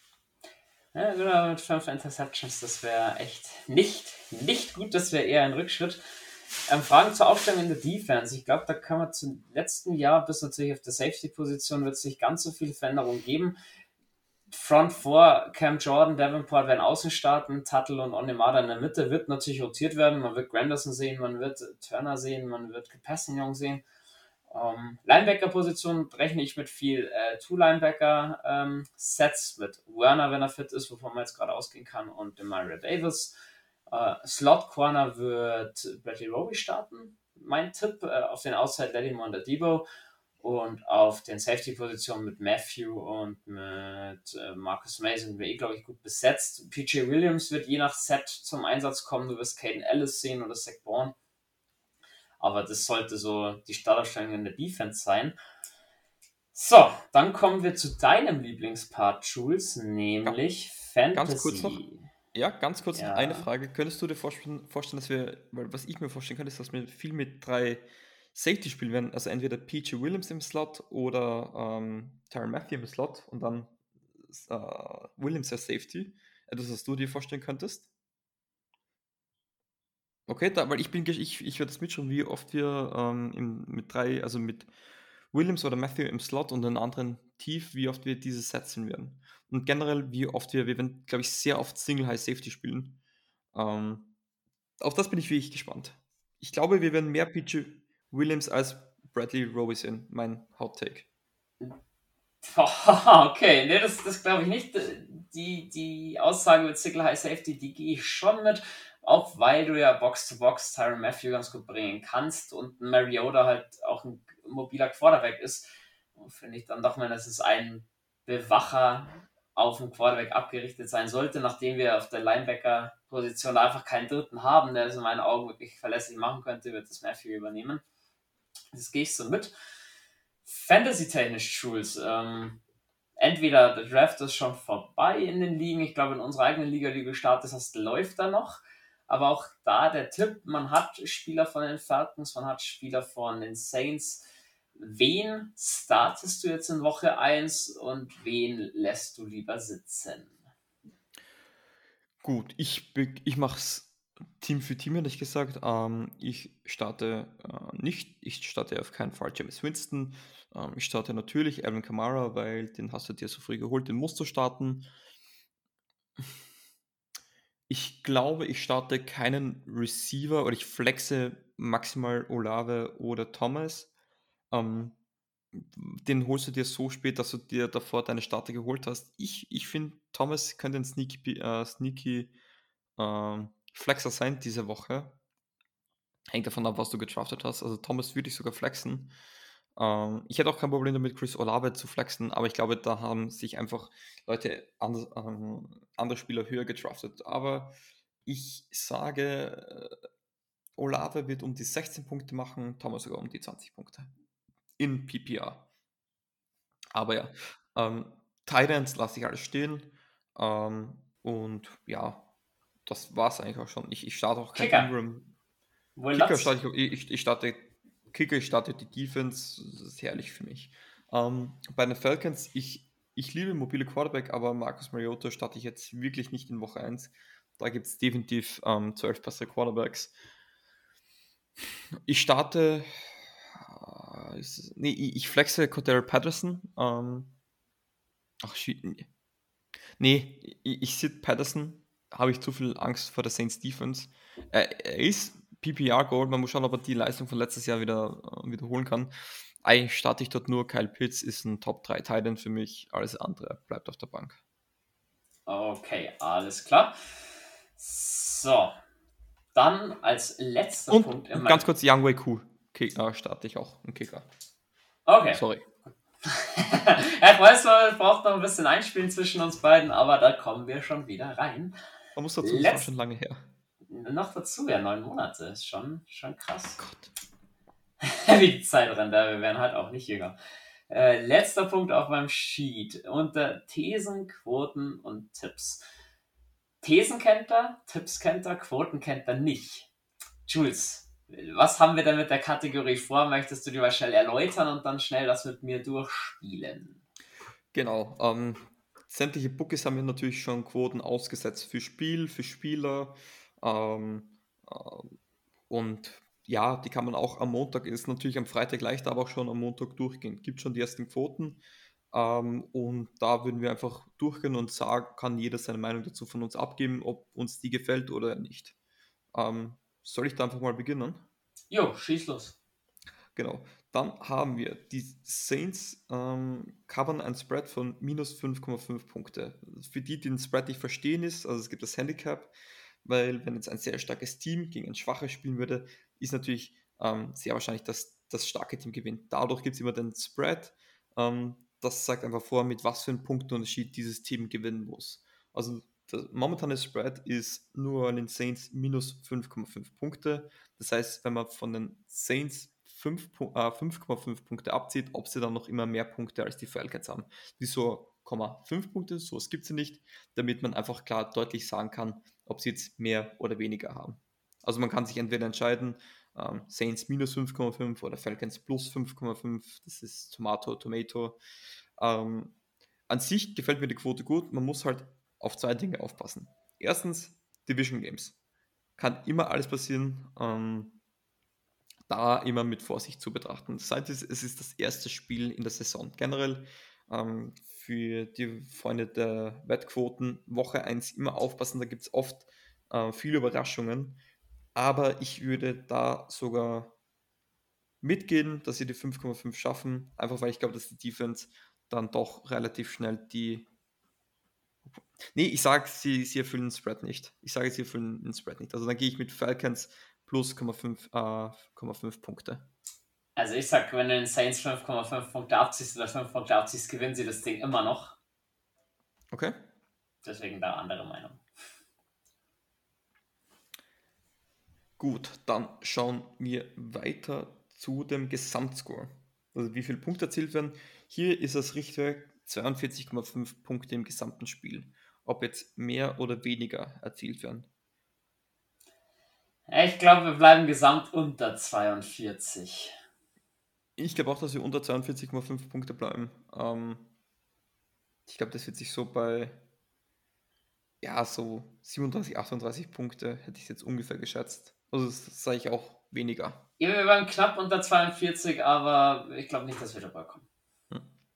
Ja, genau, mit fünf Interceptions, das wäre echt nicht, nicht gut, das wäre eher ein Rückschritt. Ähm, Fragen zur Aufstellung in der Defense. Ich glaube, da kann man zum letzten Jahr bis natürlich auf der Safety-Position wird es nicht ganz so viele Veränderungen geben. Front vor Cam Jordan, Davenport werden außen starten, Tuttle und Onemada in der Mitte wird natürlich rotiert werden. Man wird Granderson sehen, man wird Turner sehen, man wird Passignon sehen. Ähm, Linebacker-Position rechne ich mit viel äh, Two-Linebacker-Sets ähm, mit Werner, wenn er fit ist, wovon man jetzt gerade ausgehen kann, und Demario Davis. Äh, Slot-Corner wird Bradley Roby starten, mein Tipp. Äh, auf den Outside Lattimore und Debo. Und auf den Safety-Positionen mit Matthew und mit äh, Marcus Mason wäre eh, glaube ich, gut besetzt. P J Williams wird je nach Set zum Einsatz kommen. Du wirst Caden Ellis sehen oder Zach Bourne. Aber das sollte so die Startaufstellung in der Defense sein. So, dann kommen wir zu deinem Lieblingspart, Jules, Ja, nämlich ganz kurz noch, Fantasy. ja, ganz kurz noch eine Ja, Frage. Könntest du dir vorstellen, vorstellen, dass wir, weil was ich mir vorstellen könnte, ist, dass wir viel mit drei Safety spielen werden, also entweder P J Williams im Slot oder ähm, Tyrann Matthew im Slot und dann äh, Williams als Safety. Etwas, was du dir vorstellen könntest? Okay, da, weil ich bin, gesch- ich, ich werde das mitschauen, wie oft wir ähm, im, mit drei, also mit Williams oder Matthew im Slot und den anderen tief, wie oft wir diese setzen werden. Und generell, wie oft wir, wir werden, glaube ich, sehr oft Single High Safety spielen. Ähm, auf das bin ich wirklich gespannt. Ich glaube, wir werden mehr P J Williams als Bradley Rosen, mein Hot Take. Okay, ne, das, das glaube ich nicht. Die, die Aussage mit Single High Safety, die gehe ich schon mit, auch weil du ja Box-to-Box Tyrann Mathieu ganz gut bringen kannst und Mariota halt auch ein mobiler Quarterback ist. Finde ich dann doch mal, dass es ein Bewacher auf dem Quarterback abgerichtet sein sollte, nachdem wir auf der Linebacker-Position einfach keinen Dritten haben, der es in meinen Augen wirklich verlässlich machen könnte, wird das Mathieu übernehmen. Das gehe ich so mit. Fantasy-technisch, Schulz, ähm, entweder der Draft ist schon vorbei in den Ligen, ich glaube in unserer eigenen Liga, die gestartet hast, läuft da noch, aber auch da der Tipp, man hat Spieler von den Falcons, man hat Spieler von den Saints. Wen startest du jetzt in Woche eins und wen lässt du lieber sitzen? Gut, ich, ich mache es Team für Team, ehrlich gesagt. Ähm, ich starte äh, nicht, ich starte auf keinen Fall Jameis Winston. Ähm, ich starte natürlich Alvin Kamara, weil den hast du dir so früh geholt, den musst du starten. Ich glaube, ich starte keinen Receiver oder ich flexe maximal Olave oder Thomas. Ähm, den holst du dir so spät, dass du dir davor deine Starter geholt hast. Ich, ich finde, Thomas könnte ein sneaky, äh, sneaky ähm, Flexer sein diese Woche. Hängt davon ab, was du gedraftet hast. Also Thomas würde ich sogar flexen. Ähm, ich hätte auch kein Problem damit, Chris Olave zu flexen, aber ich glaube, da haben sich einfach Leute, and, ähm, andere Spieler höher gedraftet. Aber ich sage, äh, Olave wird um die sechzehn Punkte machen, Thomas sogar um die zwanzig Punkte. In P P R. Aber ja, ähm, Titans lasse ich alles stehen. Ähm, und ja, das war es eigentlich auch schon. Ich, ich starte auch kein Kicker. Ingram. Will Kicker Lutz. starte ich, ich, ich starte Kicker, ich starte die Defense. Das ist herrlich für mich. Ähm, bei den Falcons, ich, ich liebe mobile Quarterback, aber Marcus Mariota starte ich jetzt wirklich nicht in Woche eins. Da gibt es definitiv ähm, zwölf bessere Quarterbacks. Ich starte. Äh, ist, nee, ich, ich flexe Cordero Patterson. Ähm, ach, shit. Nee, nee ich, ich sit Patterson. Habe ich zu viel Angst vor der Saints Defense. Äh, er ist P P R Gold. Man muss schauen, ob er die Leistung von letztes Jahr wieder äh, wiederholen kann. Eigentlich starte ich dort nur. Kyle Pitts ist ein Top drei Titan für mich. Alles andere bleibt auf der Bank. Okay, alles klar. So, dann als letzter Und Punkt in ganz meinem... kurz, Young Wei Ku Kicker starte ich auch. Ein Kicker. Okay. Sorry. Ja, ich weiß, man braucht noch ein bisschen Einspielen zwischen uns beiden, aber da kommen wir schon wieder rein. Man muss dazu, das war Letzt... schon lange her. Noch dazu, ja, neun Monate. Ist schon, schon krass. Gott. Wie die Zeit rennt, wir werden halt auch nicht jünger. Äh, letzter Punkt auf meinem Sheet. Unter Thesen, Quoten und Tipps. Thesen kennt er, Tipps kennt er, Quoten kennt er nicht. Jules, was haben wir denn mit der Kategorie vor? Möchtest du die mal schnell erläutern und dann schnell das mit mir durchspielen? Genau. Ähm, sämtliche Bookies haben wir natürlich schon Quoten ausgesetzt für Spiel, für Spieler. Ähm, ähm, und ja, die kann man auch am Montag, ist natürlich am Freitag leichter, aber auch schon am Montag durchgehen. Gibt schon die ersten Quoten. Ähm, und da würden wir einfach durchgehen und sagen, kann jeder seine Meinung dazu von uns abgeben, ob uns die gefällt oder nicht. Ähm, soll ich da einfach mal beginnen? Jo, schieß los. Genau. Dann haben wir die Saints ähm, covern ein Spread von minus fünf Komma fünf Punkte. Für die, die den Spread nicht verstehen, ist, also es gibt das Handicap, weil wenn jetzt ein sehr starkes Team gegen ein schwaches spielen würde, ist natürlich ähm, sehr wahrscheinlich, dass das starke Team gewinnt. Dadurch gibt es immer den Spread. Ähm, das sagt einfach vor, mit was für einem Punktunterschied dieses Team gewinnen muss. Also der momentane Spread ist nur an den Saints minus fünf Komma fünf Punkte. Das heißt, wenn man von den Saints fünf Komma fünf Punkte abzieht, ob sie dann noch immer mehr Punkte als die Falcons haben. Wieso fünf Punkte, so es gibt sie nicht, damit man einfach klar deutlich sagen kann, ob sie jetzt mehr oder weniger haben. Also man kann sich entweder entscheiden, ähm, Saints minus fünf Komma fünf oder Falcons plus fünf Komma fünf, das ist Tomato, Tomato. Ähm, an sich gefällt mir die Quote gut, man muss halt auf zwei Dinge aufpassen. Erstens, Division Games. Kann immer alles passieren. Ähm, da immer mit Vorsicht zu betrachten. Das heißt, es ist das erste Spiel in der Saison. Generell ähm, für die Freunde der Wettquoten Woche eins immer aufpassen, da gibt es oft äh, viele Überraschungen, aber ich würde da sogar mitgehen, dass sie die fünf Komma fünf schaffen, einfach weil ich glaube, dass die Defense dann doch relativ schnell die. Nee, ich sage, sie, sie erfüllen den Spread nicht. Ich sage, sie erfüllen den Spread nicht. Also dann gehe ich mit Falcons plus Komma fünf, äh, Komma fünf Punkte. Also ich sag, wenn du den Saints fünf Komma fünf Punkte abziehst oder fünf Punkte abziehst, gewinnen sie das Ding immer noch. Okay. Deswegen da andere Meinung. Gut, dann schauen wir weiter zu dem Gesamtscore. Also wie viele Punkte erzielt werden. Hier ist das Richtwert zweiundvierzig Komma fünf Punkte im gesamten Spiel. Ob jetzt mehr oder weniger erzielt werden. Ich glaube, wir bleiben gesamt unter zweiundvierzig. Ich glaube auch, dass wir unter zweiundvierzig Komma fünf Punkte bleiben. Ähm, ich glaube, das wird sich so bei, ja, so siebenunddreißig, achtunddreißig Punkte hätte ich jetzt ungefähr geschätzt. Also das sage ich auch weniger. Ja, wir waren knapp unter zweiundvierzig, aber ich glaube nicht, dass wir dabei kommen. Hm.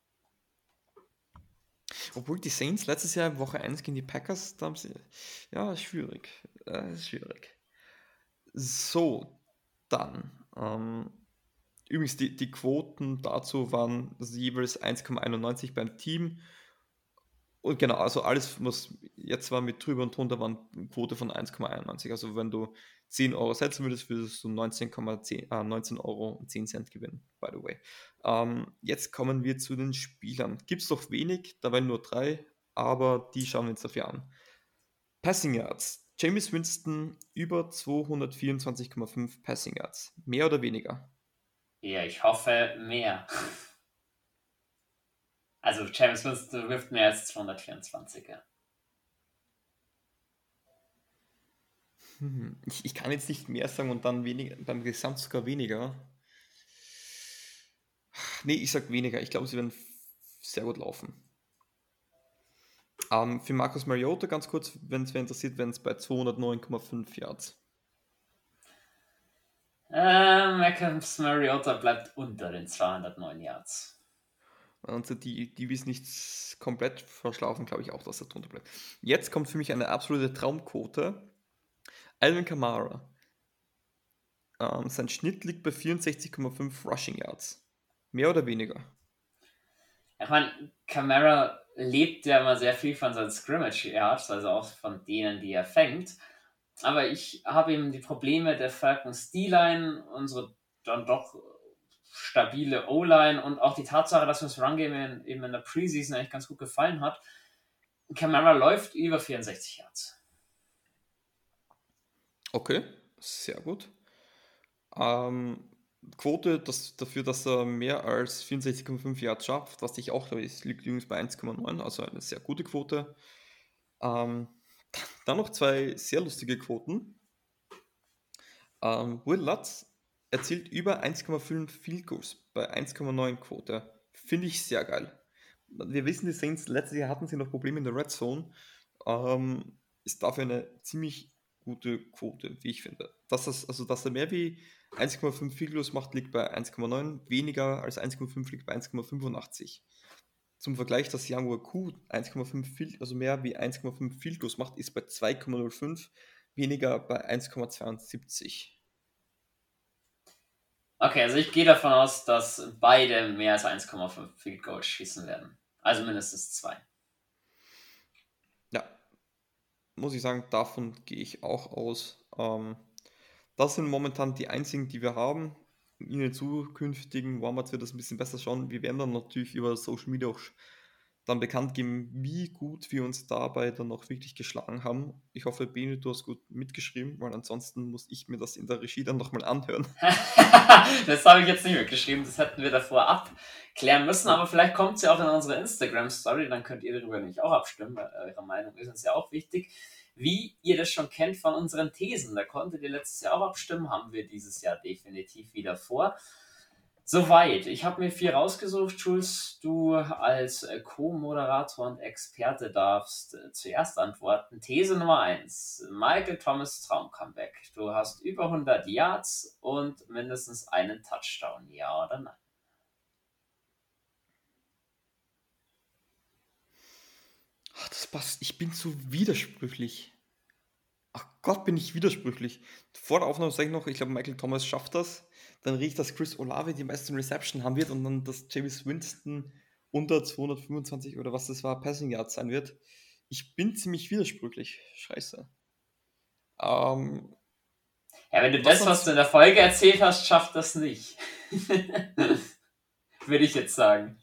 Obwohl die Saints letztes Jahr in Woche eins gegen die Packers, da haben sie, ja, schwierig. Äh, schwierig. So, dann. Ähm, übrigens, die, die Quoten dazu waren also jeweils eins Komma einundneunzig beim Team. Und genau, also alles, was jetzt war mit drüber und drunter, waren eine Quote von eins Komma einundneunzig. Also wenn du zehn Euro setzen würdest, würdest du neunzehn Euro und zehn Cent gewinnen, by the way. Ähm, jetzt kommen wir zu den Spielern. Gibt es doch wenig, dabei nur drei, aber die schauen wir uns dafür an. Passing Yards. Jameis Winston über zweihundertvierundzwanzig Komma fünf Passing Yards. Mehr oder weniger? Ja, ich hoffe mehr. Also James Winston wirft mehr als zweihundertvierundzwanzig, ja. Hm, ich, ich kann jetzt nicht mehr sagen und dann weniger, beim Gesamt sogar weniger. Nee, ich sag weniger. Ich glaube, sie werden sehr gut laufen. Ähm, für Marcus Mariota ganz kurz, wenn es wer interessiert, werden es bei zweihundertneun Komma fünf Yards. Äh, Marcus Mariota bleibt unter den zweihundertneun Yards. Also die, die wir es nicht komplett verschlafen, glaube ich auch, dass er drunter bleibt. Jetzt kommt für mich eine absolute Traumquote. Alvin Kamara. Ähm, sein Schnitt liegt bei vierundsechzig Komma fünf Rushing Yards. Mehr oder weniger? Ich meine, Camara lebt ja immer sehr viel von seinen Scrimmage Yards, also auch von denen, die er fängt. Aber ich habe eben die Probleme der Falcons D-Line, unsere dann doch stabile O-Line und auch die Tatsache, dass uns Run-Game eben in der Preseason eigentlich ganz gut gefallen hat. Camara läuft über vierundsechzig Yards. Okay, sehr gut. Ähm, Quote das, dafür, dass er mehr als vierundsechzig Komma fünf Yards schafft, was ich auch glaube, es liegt übrigens bei eins Komma neun, also eine sehr gute Quote. Ähm, dann noch zwei sehr lustige Quoten. Ähm, Will Lutz erzielt über eins Komma fünf Field Goals bei eins Komma neun Quote. Finde ich sehr geil. Wir wissen, die Saints, letztes Jahr hatten sie noch Probleme in der Red Zone. Ähm, ist dafür eine ziemlich gute Quote, wie ich finde. Dass, das, also, dass er mehr wie eins Komma fünf Field Goals macht, liegt bei eins Komma neun, weniger als eins Komma fünf liegt bei eins Komma fünfundachtzig. Zum Vergleich, dass Young Q eins Komma fünf Field, also mehr wie eins Komma fünf Field Goals macht, ist bei zwei Komma null fünf, weniger bei eins Komma zweiundsiebzig. Okay, also ich gehe davon aus, dass beide mehr als eins Komma fünf Field Goals schießen werden. Also mindestens zwei. Ja, muss ich sagen, davon gehe ich auch aus. Ähm, das sind momentan die einzigen, die wir haben. In den zukünftigen Warm-Ups wird das ein bisschen besser schauen. Wir werden dann natürlich über Social Media auch dann bekannt geben, wie gut wir uns dabei dann auch wirklich geschlagen haben. Ich hoffe, Bene, du hast gut mitgeschrieben, weil ansonsten muss ich mir das in der Regie dann nochmal anhören. Das habe ich jetzt nicht mitgeschrieben, das hätten wir davor abklären müssen, aber vielleicht kommt es ja auch in unsere Instagram-Story, dann könnt ihr darüber nämlich auch abstimmen, weil eure Meinung ist uns ja auch wichtig. Wie ihr das schon kennt von unseren Thesen, da konntet ihr letztes Jahr auch abstimmen, haben wir dieses Jahr definitiv wieder vor. Soweit. Ich habe mir vier rausgesucht. Jules, du als Co-Moderator und Experte darfst zuerst antworten. These Nummer eins. Michael Thomas Traum-Comeback. Du hast über hundert Yards und mindestens einen Touchdown. Ja oder nein? Ach, das passt. Ich bin so widersprüchlich. Ach Gott, bin ich widersprüchlich. Vor der Aufnahme sage ich noch, ich glaube, Michael Thomas schafft das. Dann riecht, dass Chris Olave die meisten Reception haben wird und dann, dass Jameis Winston unter zweihundertfünfundzwanzig oder was das war, Passing Yards sein wird. Ich bin ziemlich widersprüchlich. Scheiße. Ähm, Ja, wenn du Was das, was sonst- du in der Folge erzählt hast, schafft das nicht. Würde ich jetzt sagen.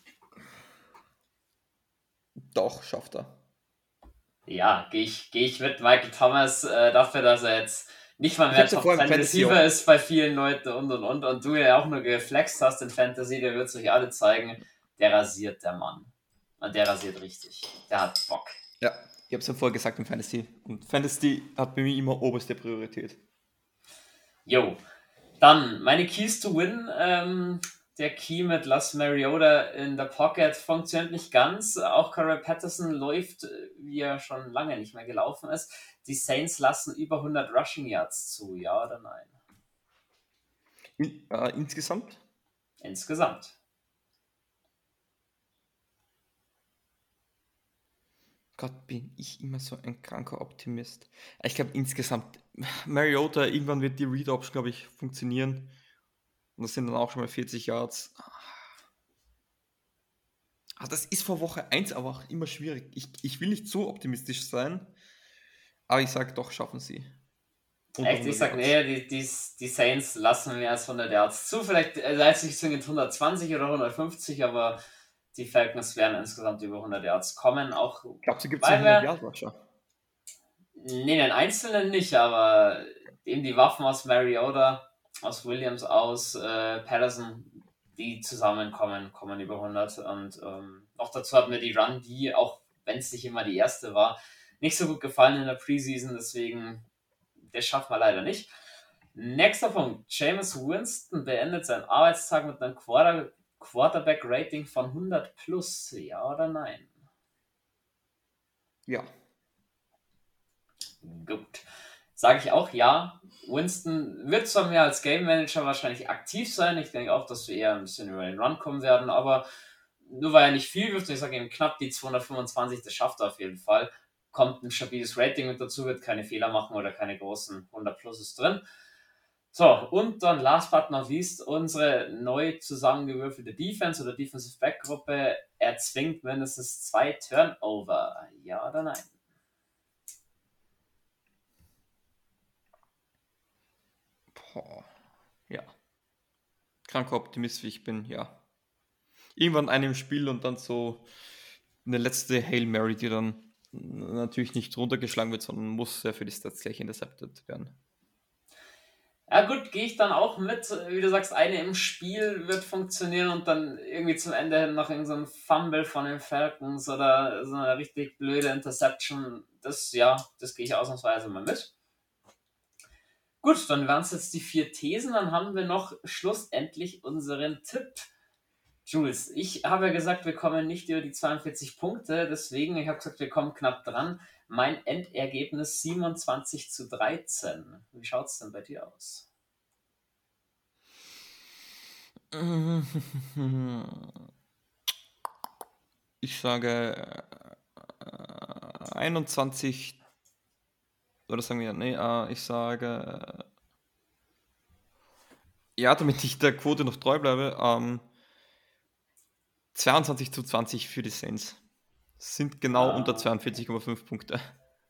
doch, schafft er. Ja, gehe ich, geh ich mit Michael Thomas äh, dafür, dass er jetzt nicht mal Ich mehr hab's ja Top vorhin zehn Fantasy Receiver auch. ist bei vielen Leuten und und und und du ja auch nur geflext hast in Fantasy, der wird es euch alle zeigen, der rasiert der Mann. Und der rasiert richtig. Der hat Bock. Ja, ich habe es ja vorher gesagt im Fantasy. Und Fantasy hat bei mir immer oberste Priorität. Jo. Dann meine Keys to Win. Ähm, der Key mit Las Mariota in der Pocket funktioniert nicht ganz. Auch Corey Patterson läuft, äh, wie er schon lange nicht mehr gelaufen ist. Die Saints lassen über hundert Rushing Yards zu, ja oder nein? In, äh, insgesamt? Insgesamt. Gott, bin ich immer so ein kranker Optimist. Ich glaube insgesamt, Mariota, irgendwann wird die Read-Option, glaube ich, funktionieren. Und das sind dann auch schon mal vierzig Yards. Ah, das ist vor Woche eins aber auch immer schwierig. Ich, ich will nicht so optimistisch sein, aber ich sage doch, schaffen sie. Unter Echt? Ich hundert sag, Yards. nee, die, die, die Saints lassen mehr als hundert Yards zu. Vielleicht, also als ich zwingend hundertzwanzig oder hundertfünfzig, aber die Falcons werden insgesamt über hundert Yards kommen. Auch Glaubst du, gibt es weil einen wir, hundert-Yard-Rusher? nee, den Einzelnen nicht, aber eben die Waffen aus Mariota, aus Williams, aus äh, Patterson, die zusammenkommen, kommen über hundert. Und ähm, auch dazu hat mir die Run, die, auch wenn es nicht immer die erste war, nicht so gut gefallen in der Preseason. Deswegen, das schafft man leider nicht. Nächster Punkt. Jameis Winston beendet seinen Arbeitstag mit einem Quarter Quarterback-Rating von hundert plus. Ja oder nein? Ja. Gut. Sage ich auch ja. Winston wird zwar mehr als Game Manager wahrscheinlich aktiv sein. Ich denke auch, dass wir eher ein bisschen über den Run kommen werden, aber nur weil er nicht viel wirft, ich sage ihm knapp die zweihundertfünfundzwanzig, das schafft er auf jeden Fall. Kommt ein stabiles Rating mit dazu, wird keine Fehler machen oder keine großen hundert Pluses drin. So, und dann last but not least unsere neu zusammengewürfelte Defense oder Defensive Back Gruppe erzwingt mindestens zwei Turnover. Ja oder nein? Boah. Ja. Kranker Optimist, wie ich bin, ja. Irgendwann einem Spiel und dann so eine letzte Hail Mary, die dann natürlich nicht runtergeschlagen wird, sondern muss ja für die Stats gleich intercepted werden. Ja gut, gehe ich dann auch mit. Wie du sagst, eine im Spiel wird funktionieren und dann irgendwie zum Ende hin noch irgendein so Fumble von den Falcons oder so eine richtig blöde Interception. Das, ja, das gehe ich ausnahmsweise mal mit. Gut, dann wären es jetzt die vier Thesen. Dann haben wir noch schlussendlich unseren Tipp. Jules, ich habe ja gesagt, wir kommen nicht über die zweiundvierzig Punkte. Deswegen, ich habe gesagt, wir kommen knapp dran. Mein Endergebnis siebenundzwanzig zu dreizehn. Wie schaut es denn bei dir aus? Ich sage äh, einundzwanzig, oder sagen wir, nee, äh, ich sage, äh, ja, damit ich der Quote noch treu bleibe, ähm, zweiundzwanzig zu zwanzig für die Saints. Sind genau Ah. unter zweiundvierzig Komma fünf Punkte.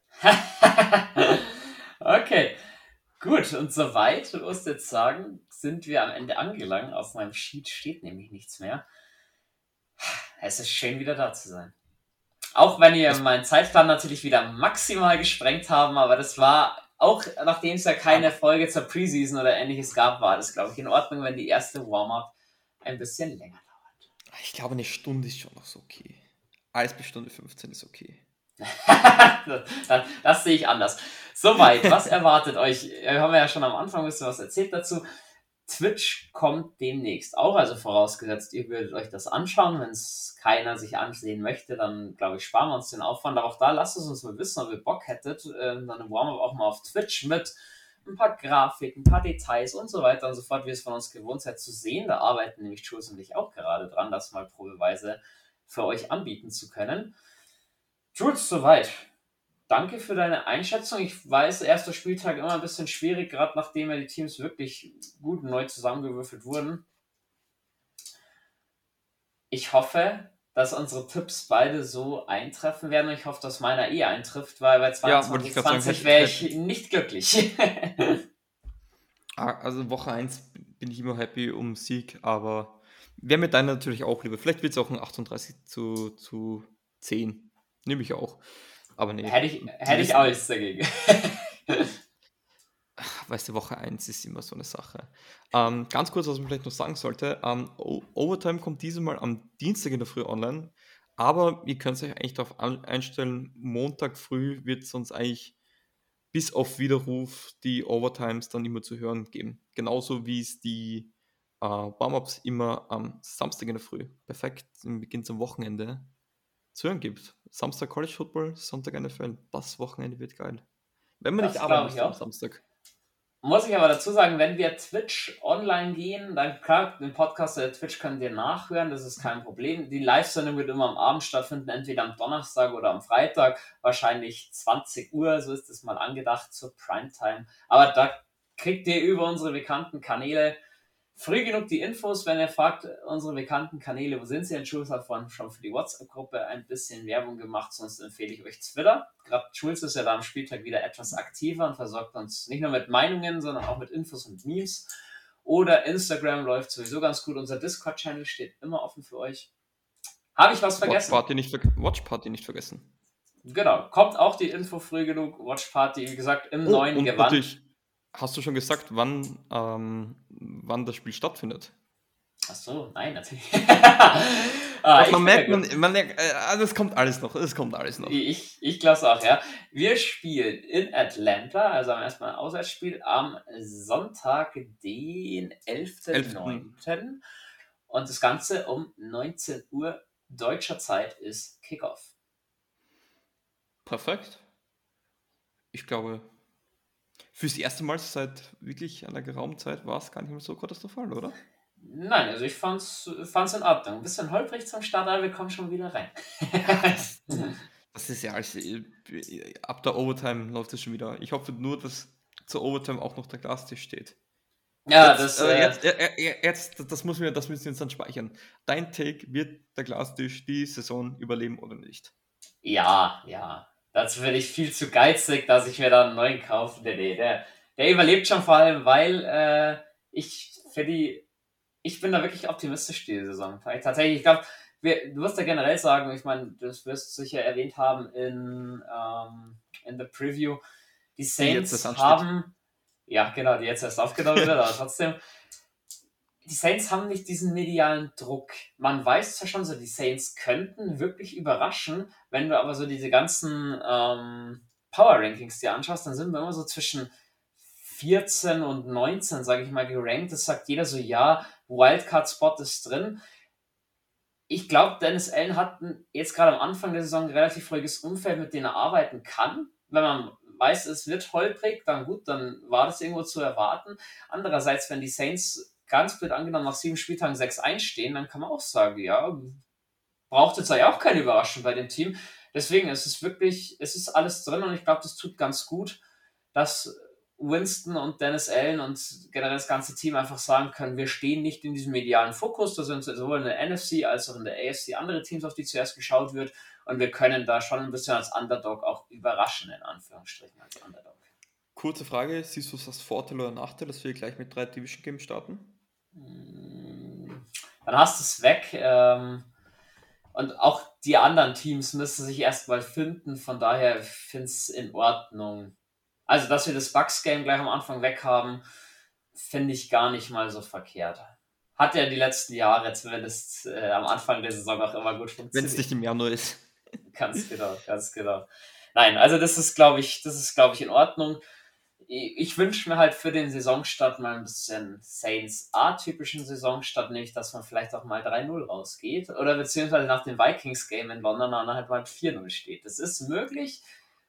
Okay, gut. Und soweit, du musst jetzt sagen, sind wir am Ende angelangt. Auf meinem Sheet steht nämlich nichts mehr. Es ist schön, wieder da zu sein. Auch wenn ihr meinen Zeitplan natürlich wieder maximal gesprengt haben, aber das war, auch nachdem es ja keine Folge zur Preseason oder ähnliches gab, war das, glaube ich, in Ordnung, wenn die erste Warm-up ein bisschen länger dauert. Ich glaube, eine Stunde ist schon noch so okay. Alles bis Stunde fünfzehn ist okay. das, das sehe ich anders. Soweit, was erwartet euch? Wir haben ja schon am Anfang ein bisschen was erzählt dazu. Twitch kommt demnächst auch, also vorausgesetzt, ihr würdet euch das anschauen. Wenn es keiner sich ansehen möchte, dann glaube ich, sparen wir uns den Aufwand. Aber auch da lasst es uns mal wissen, ob ihr Bock hättet, äh, dann eine Warm-up auch mal auf Twitch mit ein paar Grafiken, ein paar Details und so weiter und so fort, wie es von uns gewohnt seid zu sehen. Da arbeiten nämlich Jules und ich auch gerade dran, das mal probeweise für euch anbieten zu können. Jules, soweit. danke für deine Einschätzung. Ich weiß, erster Spieltag immer ein bisschen schwierig, gerade nachdem ja die Teams wirklich gut neu zusammengewürfelt wurden. Ich hoffe, dass unsere Tipps beide so eintreffen werden. Ich hoffe, dass meiner eh eintrifft, weil bei Ja, wollte ich zweiundzwanzig gerade sagen, zwanzig hätte, wäre hätte, ich nicht glücklich. ah, also Woche eins bin ich immer happy um Sieg, aber wäre mit deiner natürlich auch lieber. Vielleicht wird es auch ein achtunddreißig zu, zu zehn. Nehme ich auch. Aber nee, hätte ich, wir hätte ich auch wissen, nichts dagegen. weißt du, Woche eins ist immer so eine Sache. Ähm, ganz kurz, was man vielleicht noch sagen sollte, ähm, O- Overtime kommt dieses Mal am Dienstag in der Früh online, aber ihr könnt euch eigentlich darauf an- einstellen, Montag früh wird es uns eigentlich bis auf Widerruf die Overtimes dann immer zu hören geben. Genauso wie es die äh, Warm-Ups immer am Samstag in der Früh, perfekt im Beginn zum Wochenende, zu hören gibt. Samstag College Football, Sonntag N F L. Das Wochenende wird geil. Wenn man nicht Das arbeiten glaube ich müsste am auch. Samstag. Muss ich aber dazu sagen, wenn wir Twitch online gehen, dann klar, den Podcast der Twitch könnt ihr nachhören, das ist kein Problem. Die Live-Sendung wird immer am Abend stattfinden, entweder am Donnerstag oder am Freitag, wahrscheinlich zwanzig Uhr, so ist es mal angedacht zur Primetime. Aber da kriegt ihr über unsere bekannten Kanäle früh genug die Infos, wenn ihr fragt, unsere bekannten Kanäle, wo sind sie? Jules hat vorhin schon für die WhatsApp-Gruppe ein bisschen Werbung gemacht, sonst empfehle ich euch Twitter. Gerade Jules ist ja da am Spieltag wieder etwas aktiver und versorgt uns nicht nur mit Meinungen, sondern auch mit Infos und Memes. Oder Instagram läuft sowieso ganz gut. Unser Discord-Channel steht immer offen für euch. Habe ich was Watch vergessen? Party nicht, ver Watch Party nicht vergessen. Genau, kommt auch die Info früh genug. Watch Party, wie gesagt, im Oh, neuen und Gewand. natürlich, hast du schon gesagt, wann, ähm, wann das Spiel stattfindet? Ach so, nein, natürlich. Ah, ah, man merkt, ja man, man merkt, äh, also es kommt alles noch, es kommt alles noch. Ich, ich glaube es auch, ja. Wir spielen in Atlanta, also am ersten Mal ein Auswärtsspiel, am Sonntag, den elften neunten Und das Ganze um neunzehn Uhr deutscher Zeit ist Kickoff. Perfekt. Ich glaube, fürs erste Mal seit wirklich einer geraumen Zeit war es gar nicht mehr so katastrophal, oder? Nein, also ich fand's, fand's in Ordnung. Ein bisschen holprig zum Start, aber wir kommen schon wieder rein. Ja, das, das ist ja alles. äh, Ab der Overtime läuft es schon wieder. Ich hoffe nur, dass zur Overtime auch noch der Glastisch steht. ja, Jetzt, das. äh, Äh, jetzt, äh, äh, jetzt, das, muss mir, das müssen wir uns dann speichern. Dein Take, wird der Glastisch die Saison überleben oder nicht? ja, ja. Dazu bin ich viel zu geizig, dass ich mir da einen neuen kaufe. Nee, nee, der, der überlebt schon vor allem, weil äh, ich für die ich bin da wirklich optimistisch die Saison. Tatsächlich, ich glaube, du wirst ja generell sagen, ich meine, das wirst du sicher erwähnt haben in, ähm, in der Preview, die Die jetzt das Saints ansteht. haben, ja genau, die jetzt erst aufgenommen wird, aber trotzdem, die Saints haben nicht diesen medialen Druck. Man weiß zwar schon so, die Saints könnten wirklich überraschen, wenn du aber so diese ganzen ähm, Power Rankings dir anschaust, dann sind wir immer so zwischen vierzehn und neunzehn, sage ich mal, gerankt. Das sagt jeder so, ja, Wildcard-Spot ist drin. Ich glaube, Dennis Allen hat jetzt gerade am Anfang der Saison ein relativ ruhiges Umfeld, mit dem er arbeiten kann. Wenn man weiß, es wird holprig, dann gut, dann war das irgendwo zu erwarten. Andererseits, wenn die Saints ganz blöd angenommen nach sieben Spieltagen sechs eins stehen, dann kann man auch sagen, ja, braucht jetzt ja auch keine Überraschung bei dem Team. Deswegen ist es wirklich, es ist alles drin und ich glaube, das tut ganz gut, dass Winston und Dennis Allen und generell das ganze Team einfach sagen können, wir stehen nicht in diesem medialen Fokus, da sind sowohl in der N F C als auch in der A F C andere Teams, auf die zuerst geschaut wird und wir können da schon ein bisschen als Underdog auch überraschen, in Anführungsstrichen als Underdog. Kurze Frage, siehst du es als Vorteil oder Nachteil, dass wir gleich mit drei Division Games starten? Dann hast du es weg. Ähm, und auch die anderen Teams müssen sich erstmal finden, von daher finde ich es in Ordnung. Also, dass wir das Bucks-Game gleich am Anfang weg haben, finde ich gar nicht mal so verkehrt. Hat ja die letzten Jahre zumindest äh, am Anfang der Saison auch immer gut funktioniert. Wenn es nicht im Januar ist. Ganz genau, ganz genau. Nein, also das ist, glaube ich, das ist, glaube ich, in Ordnung. Ich wünsche mir halt für den Saisonstart mal ein bisschen Saints atypischen Saisonstart, nämlich, dass man vielleicht auch mal drei null rausgeht oder beziehungsweise nach dem Vikings-Game in London dann halt mal vier null steht. Das ist möglich.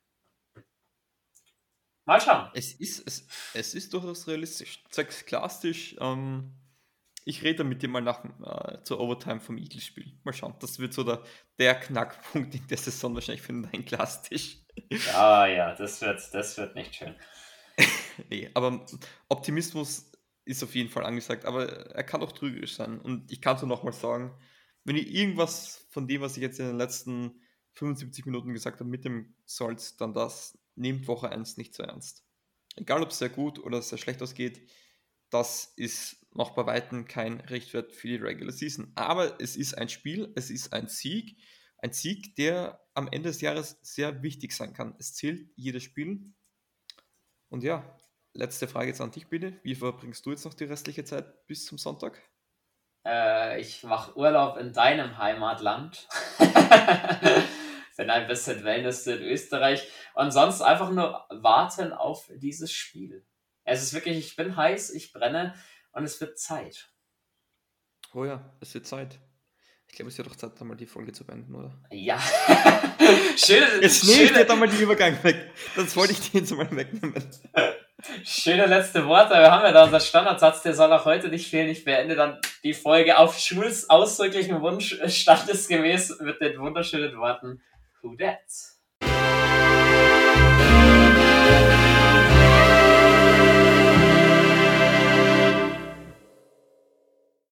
Mal schauen. Es ist, es, es ist durchaus realistisch. Sechs klassisch. Ähm, ich rede mit dir mal nach äh, zur Overtime vom Eagles-Spiel. Mal schauen. Das wird so der, der Knackpunkt in der Saison wahrscheinlich für den Klassisch. Ja, ja, das wird, das wird nicht schön. Nee, aber Optimismus ist auf jeden Fall angesagt, aber er kann auch trügerisch sein. Und ich kann es nur nochmal sagen, wenn ihr irgendwas von dem, was ich jetzt in den letzten fünfundsiebzig Minuten gesagt habe, mitnehmen sollt, dann das, nehmt Woche eins nicht so ernst. Egal, ob es sehr gut oder sehr schlecht ausgeht, das ist noch bei Weitem kein Richtwert für die Regular Season. Aber es ist ein Spiel, es ist ein Sieg, ein Sieg, der am Ende des Jahres sehr wichtig sein kann. Es zählt jedes Spiel. Und ja, letzte Frage jetzt an dich bitte. Wie verbringst du jetzt noch die restliche Zeit bis zum Sonntag? Äh, ich mache Urlaub in deinem Heimatland. Bin ein bisschen Wellness in Österreich. Und sonst einfach nur warten auf dieses Spiel. Es ist wirklich, ich bin heiß, ich brenne und es wird Zeit. Oh ja, es wird Zeit. Ich glaube, es wird doch Zeit, einmal die Folge zu beenden, oder? Ja. schöne, Jetzt nehme ich dir schöne, da mal den Übergang weg. Das wollte ich dir jetzt mal wegnehmen. schöne letzte Worte. Wir haben ja da unseren Standardsatz, der soll auch heute nicht fehlen. Ich beende dann die Folge auf Jules ausdrücklichen Wunsch, standesgemäß mit den wunderschönen Worten Who dat?